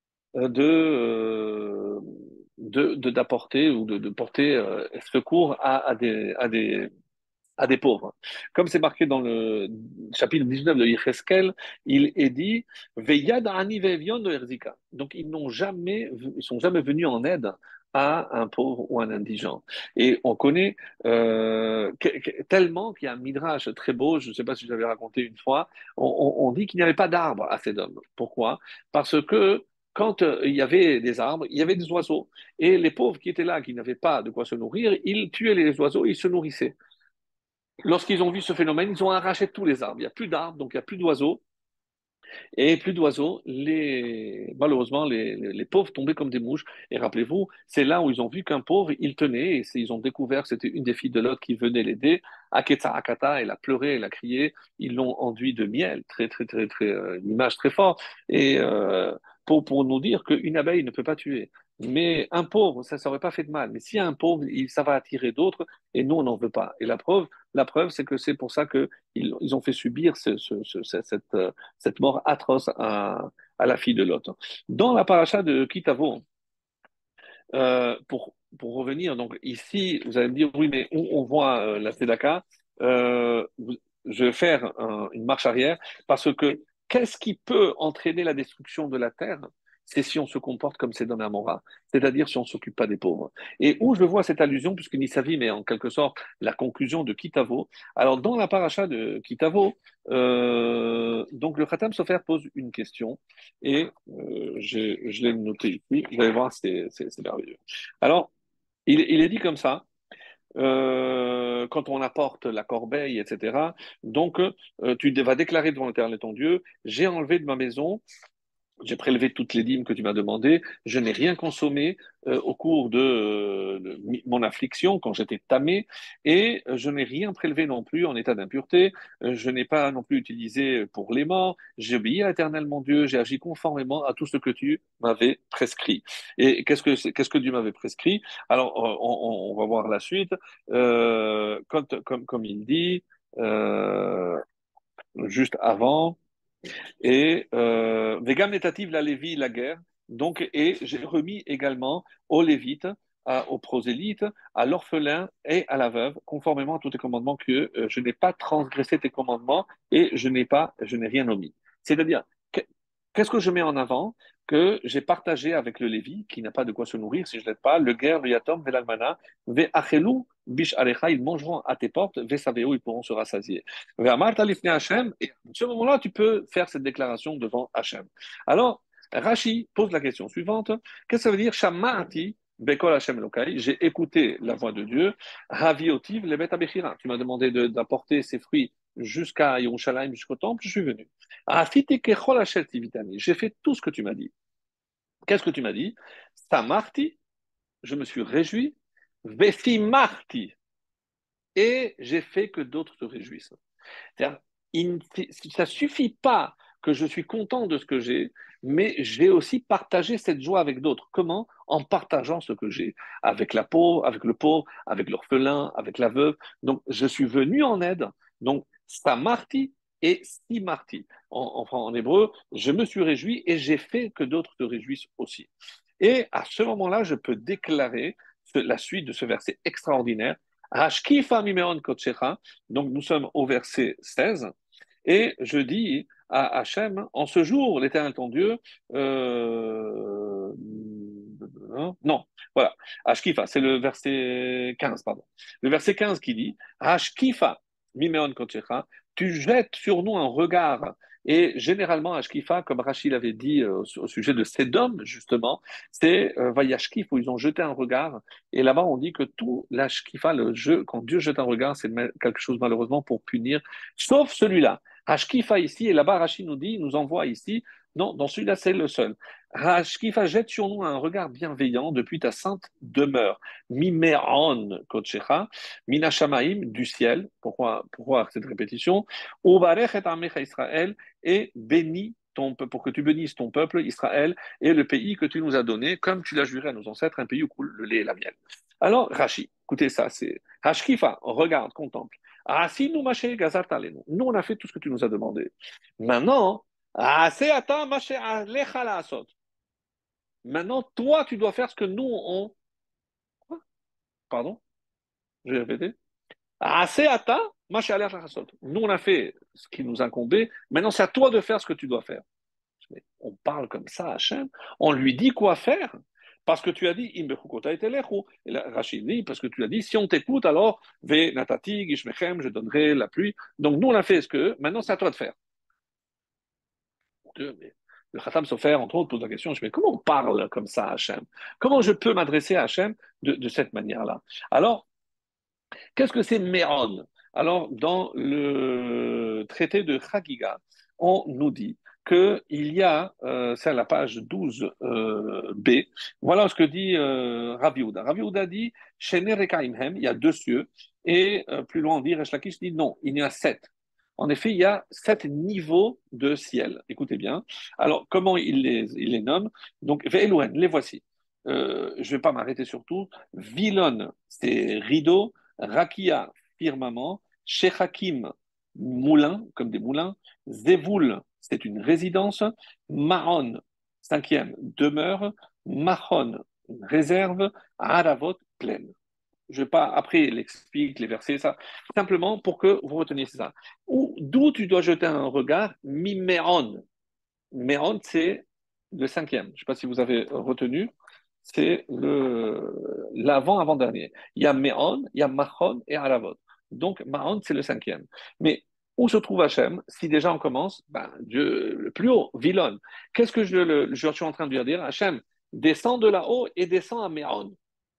d'apporter ou de porter secours à des pauvres. Comme c'est marqué dans le chapitre 19 de Yecheskel, il est dit Veyad ani ve'evion no erzika. Donc ils sont jamais venus en aide à un pauvre ou un indigent. Et on connaît tellement qu'il y a un midrash très beau, je ne sais pas si je l'avais raconté une fois, on dit qu'il n'y avait pas d'arbres à Sédom. Pourquoi? Parce que quand il y avait des arbres, il y avait des oiseaux. Et les pauvres qui étaient là, qui n'avaient pas de quoi se nourrir, ils tuaient les oiseaux et ils se nourrissaient. Lorsqu'ils ont vu ce phénomène, ils ont arraché tous les arbres. Il n'y a plus d'arbres, donc il n'y a plus d'oiseaux. Et plus d'oiseaux, malheureusement, les pauvres tombaient comme des mouches. Et rappelez-vous, c'est là où ils ont vu qu'un pauvre, il tenait, et ils ont découvert que c'était une des filles de Lot qui venait l'aider. Aketa Akata, elle a pleuré, elle a crié. Ils l'ont enduit de miel, très, très, très, très, une image très forte. Et pour nous dire qu'une abeille ne peut pas tuer. Mais un pauvre, ça n'aurait pas fait de mal. Mais si un pauvre, ça va attirer d'autres, et nous, on n'en veut pas. Et la preuve, c'est que c'est pour ça qu'ils ont fait subir cette mort atroce à la fille de Lot. Dans la paracha de Kitavo, pour revenir, donc ici, vous allez me dire, oui, mais où on voit la Tzedaka, je vais faire une marche arrière, parce que qu'est-ce qui peut entraîner la destruction de la terre? C'est si on se comporte comme c'est dans la Mora, c'est-à-dire si on ne s'occupe pas des pauvres. Et où je vois cette allusion, puisque Nisavi est en quelque sorte la conclusion de Kitavo. Alors, dans la paracha de Kitavo, donc le Khatam Sofer pose une question, et je l'ai noté ici, vous allez voir, c'est merveilleux. Alors, il est dit comme ça, quand on apporte la corbeille, etc. Donc, tu vas déclarer devant l'Éternel ton Dieu, j'ai enlevé de ma maison, j'ai prélevé toutes les dîmes que tu m'as demandées. Je n'ai rien consommé au cours de mon affliction quand j'étais tamé, et je n'ai rien prélevé non plus en état d'impureté. Je n'ai pas non plus utilisé pour les morts. J'ai obéi à l'Éternel mon Dieu. J'ai agi conformément à tout ce que tu m'avais prescrit. Et qu'est-ce que Dieu m'avait prescrit? Alors, on va voir la suite. Comme il dit juste avant. Et Vegam netativ la Lévi la guerre. Donc, et j'ai remis également aux Lévites, aux prosélytes, à l'orphelin et à la veuve, conformément à tous tes commandements, que je n'ai pas transgressé tes commandements et je n'ai rien omis. C'est-à-dire, qu'est-ce que je mets en avant? Que j'ai partagé avec le Lévi, qui n'a pas de quoi se nourrir si je ne l'aide pas, le guerre, le yatom, ve'lalmana, ve'achelu, bish alecha, ils mangeront à tes portes, ve'saveu, ils pourront se rassasier. Ve'amarta lifnei Hashem, et à ce moment-là, tu peux faire cette déclaration devant Hachem. Alors, Rashi pose la question suivante. Qu'est-ce que ça veut dire? Shamati, Bekol Hashem Elokai, j'ai écouté la voix de Dieu. Raviotiv, le Bet Abechira. Tu m'as demandé d'apporter ces fruits jusqu'à Yerushalayim, jusqu'au temple, je suis venu. Afite Kechol Hashem Tivitani. J'ai fait tout ce que tu m'as dit. Qu'est-ce que tu m'as dit? Samarti, je me suis réjoui. Vefimarti, et j'ai fait que d'autres se réjouissent. C'est-à-dire, ça ne suffit pas que je suis content de ce que j'ai, mais j'ai aussi partagé cette joie avec d'autres. Comment? En partageant ce que j'ai avec la pauvre, avec le pauvre, avec l'orphelin, avec la veuve. Donc, je suis venu en aide. Donc, samarti et simarti. En hébreu, je me suis réjoui et j'ai fait que d'autres se réjouissent aussi. Et à ce moment-là, je peux déclarer la suite de ce verset extraordinaire. Hashkifa mimeon kotchecha. Donc, nous sommes au verset 16. Et je dis à Hachem, en ce jour, l'Éternel ton Dieu, non, voilà, Ashkifa, c'est le verset 15, pardon. Le verset 15 qui dit, Ashkifa, mimeon kochecha, tu jettes sur nous un regard. Et généralement, Ashkifa, comme Rachid l'avait dit au sujet de Sédom, justement, c'est Vayashkif, où ils ont jeté un regard. Et là-bas, on dit que tout l'Ashkifa, le jeu, quand Dieu jette un regard, c'est quelque chose malheureusement pour punir, sauf celui-là. Hashkifa ici, et là-bas, Rachid nous dit, nous envoie ici, non, dans celui-là, c'est le seul. Hashkifa jette sur nous un regard bienveillant depuis ta sainte demeure. Mimeron kochecha, minashamaim, du ciel. Pourquoi cette répétition? Uvarech et amecha Israël, et bénis pour que tu bénisses ton peuple, Israël, et le pays que tu nous as donné, comme tu l'as juré à nos ancêtres, un pays où coule le lait et la miel. Alors, Rashi, écoutez ça, c'est Hashkifa, regarde, contemple. Ah, si nous maché gazartalenu. Nous, on a fait tout ce que tu nous as demandé. Maintenant, ah, c'est attends, maché alecha laasot. Maintenant, toi, tu dois faire ce que nous, on. Quoi? Pardon? Je vais répéter. Ah, c'est attends, maché alecha laasot. Nous, on a fait ce qui nous incombait. Maintenant, c'est à toi de faire ce que tu dois faire. Mais on parle comme ça à Hachem. On lui dit quoi faire. Parce que tu as dit, et là, Rachid dit, parce que tu as dit, si on t'écoute, alors, ve natati, gishmechem, je donnerai la pluie. Donc, nous, on a fait ce que, maintenant, c'est à toi de faire. Mais le Khatam Sofer, entre autres, pose la question, je me dis, comment on parle comme ça à Hachem? Comment je peux m'adresser à Hachem de cette manière-là? Alors, qu'est-ce que c'est Méron? Alors, dans le traité de Chagiga, on nous dit qu'il y a, c'est à la page 12 B, voilà ce que dit Rav Yehuda. Rav Yehuda dit, chez Nerekaimhem, il y a deux cieux, et plus loin on dit, Resh Lakish dit non, il y en a sept. En effet, il y a sept niveaux de ciel. Écoutez bien. Alors, comment il les nomme? Donc, Ve'elohen, les voici. Je ne vais pas m'arrêter sur tout. Vilon, c'est rideau. Rakia, firmament. Shechakim, moulin, comme des moulins. Zévoul, c'est une résidence. Maron, cinquième, demeure. Mahon, une réserve. Aravot, plaine. Je ne vais pas, après, il explique les versets, ça. Simplement pour que vous reteniez ça. D'où tu dois jeter un regard, miméon. Méon, c'est le cinquième. Je ne sais pas si vous avez retenu. C'est l'avant-avant-dernier. Il y a Méon, il y a Mahon et Aravot. Donc, Mahon, c'est le cinquième. Mais où se trouve Hachem? Si déjà on commence, ben, Dieu, le plus haut, Vilon. Qu'est-ce que je suis en train de lui dire? Hachem, descend de là-haut et descend à Méon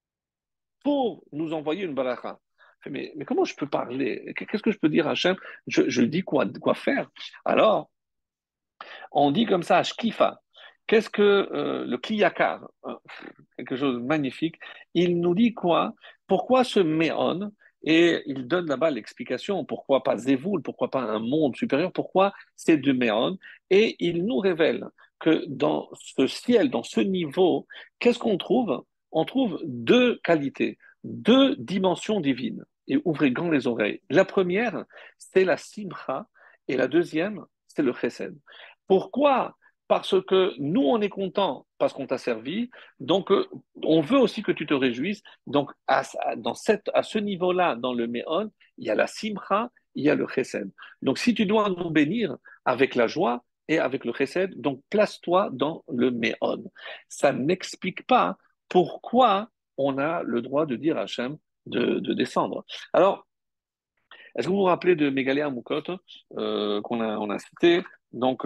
pour nous envoyer une baracha. Mais comment je peux parler? Qu'est-ce que je peux dire à Hachem? Je dis quoi faire? Alors, on dit comme ça, shkifa. Qu'est-ce que le kliyakar? Quelque chose de magnifique. Il nous dit quoi? Pourquoi ce méon? Et il donne là-bas l'explication. Pourquoi pas Zévoul? Pourquoi pas un monde supérieur? Pourquoi c'est du méon? Et il nous révèle que dans ce ciel, dans ce niveau, qu'est-ce qu'on trouve? On trouve deux qualités, deux dimensions divines. Et ouvrez grand les oreilles. La première, c'est la simcha, et la deuxième, c'est le chesed. Pourquoi? Parce que nous, on est content parce qu'on t'a servi, donc on veut aussi que tu te réjouisses. Donc, à ce niveau-là, dans le Méon, il y a la simcha, il y a le chesed. Donc, si tu dois nous bénir avec la joie et avec le chesed, donc place-toi dans le Méon. Ça n'explique pas pourquoi on a le droit de dire à Hachem de descendre. Alors, est-ce que vous vous rappelez de Mégaléa Moukot on a cité? Donc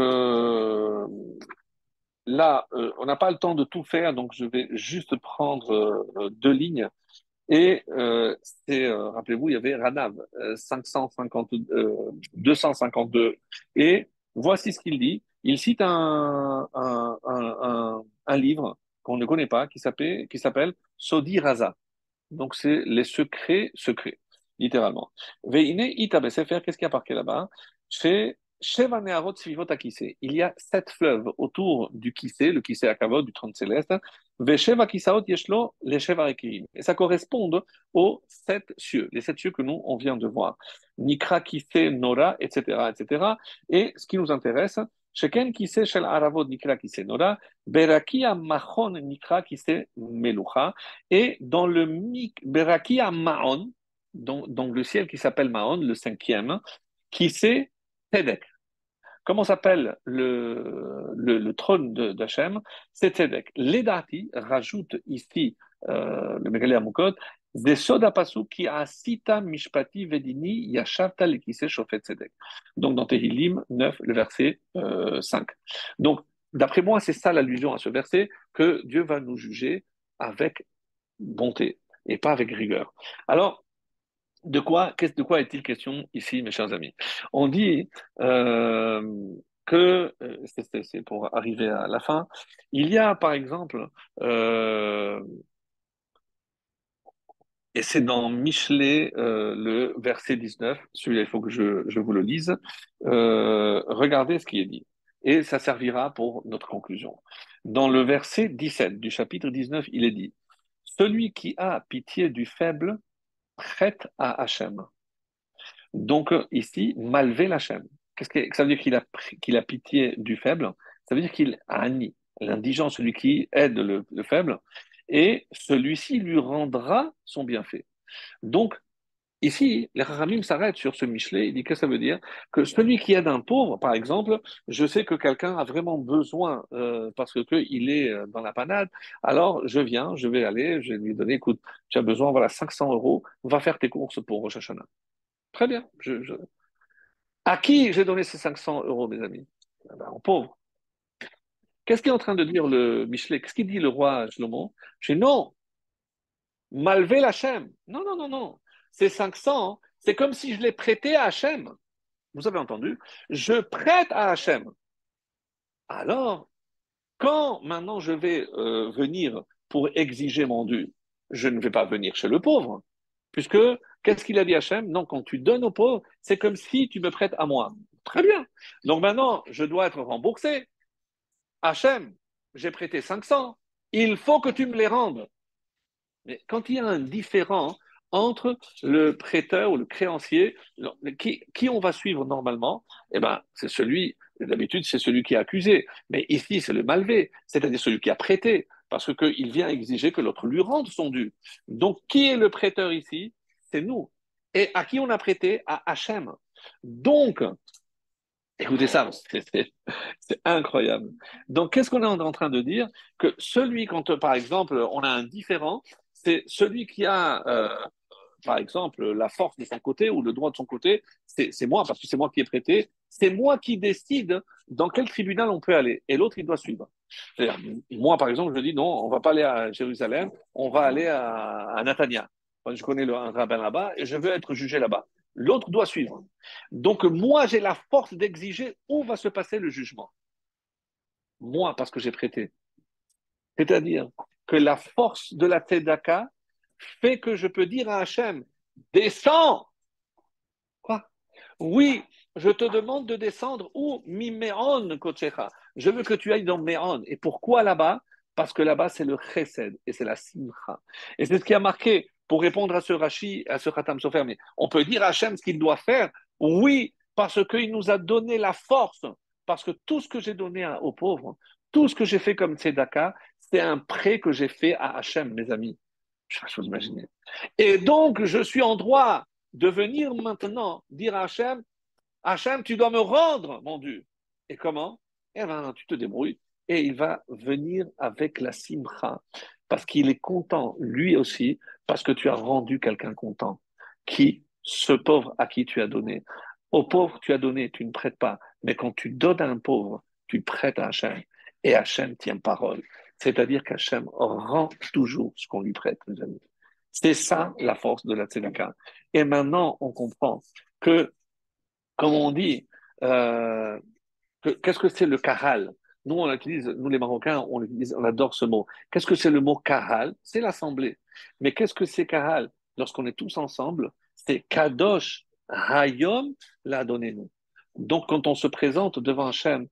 là, on n'a pas le temps de tout faire, donc je vais juste prendre deux lignes. Et rappelez-vous, il y avait Ranav 550, 252. Et voici ce qu'il dit. Il cite un livre qu'on ne connaît pas qui s'appelle Sodi Raza. Donc, c'est les secrets, littéralement. Veine ita besefer, qu'est-ce qu'il y a marqué là-bas? C'est Sheva Neharot Svivot Akissé. Il y a sept fleuves autour du Kissé, le Kissé Akavod, du trône céleste. Vesheva Kissaot Yeshlo, les Sheva Rekirim. Et ça correspond aux sept cieux, les sept cieux que nous, on vient de voir. Nikra Kissé, Nora, etc., etc. Et ce qui nous intéresse, Sheken Kissé Shel Aravod Nikra Kissé Nora, Berakia Machon Nikra Kissé Melucha. Et dans le Berakia Maon, donc le ciel qui s'appelle Maon, le cinquième, qui c'est Tzedek. Comment s'appelle le trône d'Hachem? C'est Tzedek. Ledati rajoute ici le Megalé Amukot, des soda pasuk qui a sita mishpati vedini yashavta lekise shofet Tzedek. Donc dans Tehillim 9, le verset 5. Donc d'après moi, c'est ça l'allusion à ce verset, que Dieu va nous juger avec bonté et pas avec rigueur. Alors, de quoi est-il question ici, mes chers amis? On dit euh, que, c'est pour arriver à la fin, il y a par exemple, et c'est dans Michelet, le verset 19, celui-là il faut que je vous le lise, regardez ce qui est dit. Et ça servira pour notre conclusion. Dans le verset 17 du chapitre 19, il est dit, celui qui a pitié du faible prête à Hachem. Donc ici, malvé l'Hachem. Qu'est-ce que ça veut dire qu'il a pitié du faible? Ça veut dire qu'il a Ani, l'indigent, celui qui aide le faible, et celui-ci lui rendra son bienfait. Donc, ici, les Rahamim s'arrêtent sur ce Michelet. Il dit que ça veut dire que celui qui aide un pauvre, par exemple, je sais que quelqu'un a vraiment besoin parce que il est dans la panade. Alors, je vais aller, je vais lui donner, écoute, tu as besoin, voilà, 500 euros, va faire tes courses pour Rosh Hashanah. Très bien. À qui j'ai donné ces 500 euros, mes amis? Eh ben, aux pauvres. Qu'est-ce qu'est en train de dire le Michelet? Qu'est-ce qu'il dit le roi Shlomo? Je dis non, malvé l'Hachem. Non, non, non, non. Ces 500, c'est comme si je les prêtais à Hachem. Vous avez entendu? Je prête à Hachem. Alors, quand maintenant je vais venir pour exiger mon dû, je ne vais pas venir chez le pauvre, puisque qu'est-ce qu'il a dit Hachem? Non, quand tu donnes au pauvre, c'est comme si tu me prêtes à moi. Très bien. Donc maintenant, je dois être remboursé. Hachem, j'ai prêté 500. Il faut que tu me les rendes. Mais quand il y a un différent entre le prêteur ou le créancier, qui on va suivre normalement? Eh ben, c'est celui, d'habitude, c'est celui qui est accusé. Mais ici, c'est le malvé, c'est-à-dire celui qui a prêté, parce qu'il vient exiger que l'autre lui rende son dû. Donc, qui est le prêteur ici? C'est nous. Et à qui on a prêté? À Hachem. Donc, écoutez ça, c'est incroyable. Donc, qu'est-ce qu'on est en train de dire? Que celui, quand par exemple, on a un différent, c'est celui qui a, par exemple, la force de son côté ou le droit de son côté, c'est moi, parce que c'est moi qui ai prêté, c'est moi qui décide dans quel tribunal on peut aller, et l'autre, il doit suivre. C'est-à-dire, moi, par exemple, je dis non, on ne va pas aller à Jérusalem, on va aller à Natania. Moi, je connais un rabbin là-bas et je veux être jugé là-bas. L'autre doit suivre. Donc, moi, j'ai la force d'exiger où va se passer le jugement. Moi, parce que j'ai prêté. C'est-à-dire que la force de la tzedaka fait que je peux dire à Hachem, descends. Quoi? Oui, je te demande de descendre où? Miméon, Kochecha. Je veux que tu ailles dans Méon. Et pourquoi là-bas? Parce que là-bas, c'est le chesed et c'est la simcha. Et c'est ce qui a marqué, pour répondre à ce Rashi, à ce Khatam Sofer, mais on peut dire à Hachem ce qu'il doit faire. Oui, parce qu'il nous a donné la force. Parce que tout ce que j'ai donné aux pauvres, tout ce que j'ai fait comme tzedaka, c'est un prêt que j'ai fait à Hachem, mes amis. Je sais pas si vous imaginez. Et donc, je suis en droit de venir maintenant dire à Hachem, Hachem, tu dois me rendre mon dû. Et comment? Eh bien, tu te débrouilles. Et il va venir avec la simcha, parce qu'il est content, lui aussi, parce que tu as rendu quelqu'un content. Qui? Ce pauvre à qui tu as donné. Au pauvre, tu as donné, tu ne prêtes pas. Mais quand tu donnes à un pauvre, tu prêtes à Hachem. Et Hachem tient parole. C'est-à-dire qu'Hachem rend toujours ce qu'on lui prête, mes amis. C'est ça la force de la tzedaka. Et maintenant, on comprend que, comme on dit, euh, qu'est-ce que c'est le kahal? Nous, on utilise, nous les Marocains, on utilise, on adore ce mot. Qu'est-ce que c'est le mot kahal? C'est l'assemblée. Mais qu'est-ce que c'est kahal? Lorsqu'on est tous ensemble, c'est kadosh hayom la donnez-nous. Donc, quand on se présente devant Hachem,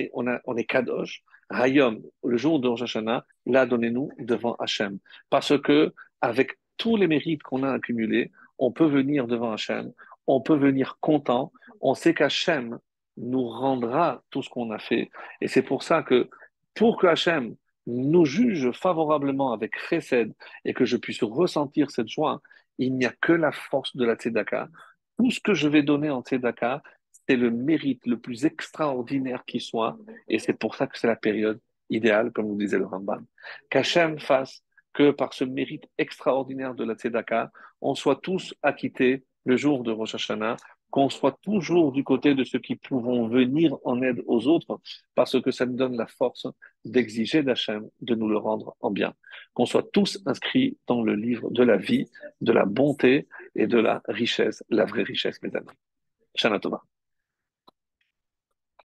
on est kadosh hayom, le jour de Rosh Hashanah, la donnez-nous devant Hachem. Parce que, avec tous les mérites qu'on a accumulés, on peut venir devant Hachem, on peut venir content, on sait qu'Hachem nous rendra tout ce qu'on a fait. Et c'est pour ça que, pour que Hachem nous juge favorablement avec chesed et que je puisse ressentir cette joie, il n'y a que la force de la tzedaka. Tout ce que je vais donner en tzedaka, c'est le mérite le plus extraordinaire qui soit. Et c'est pour ça que c'est la période idéale, comme vous disait le Rambam. Qu'Hachem fasse que par ce mérite extraordinaire de la tzedaka, on soit tous acquittés le jour de Rosh Hashanah, qu'on soit toujours du côté de ceux qui pouvons venir en aide aux autres, parce que ça nous donne la force d'exiger d'Hachem de nous le rendre en bien. Qu'on soit tous inscrits dans le livre de la vie, de la bonté et de la richesse, la vraie richesse, mes amis. Shana Tova.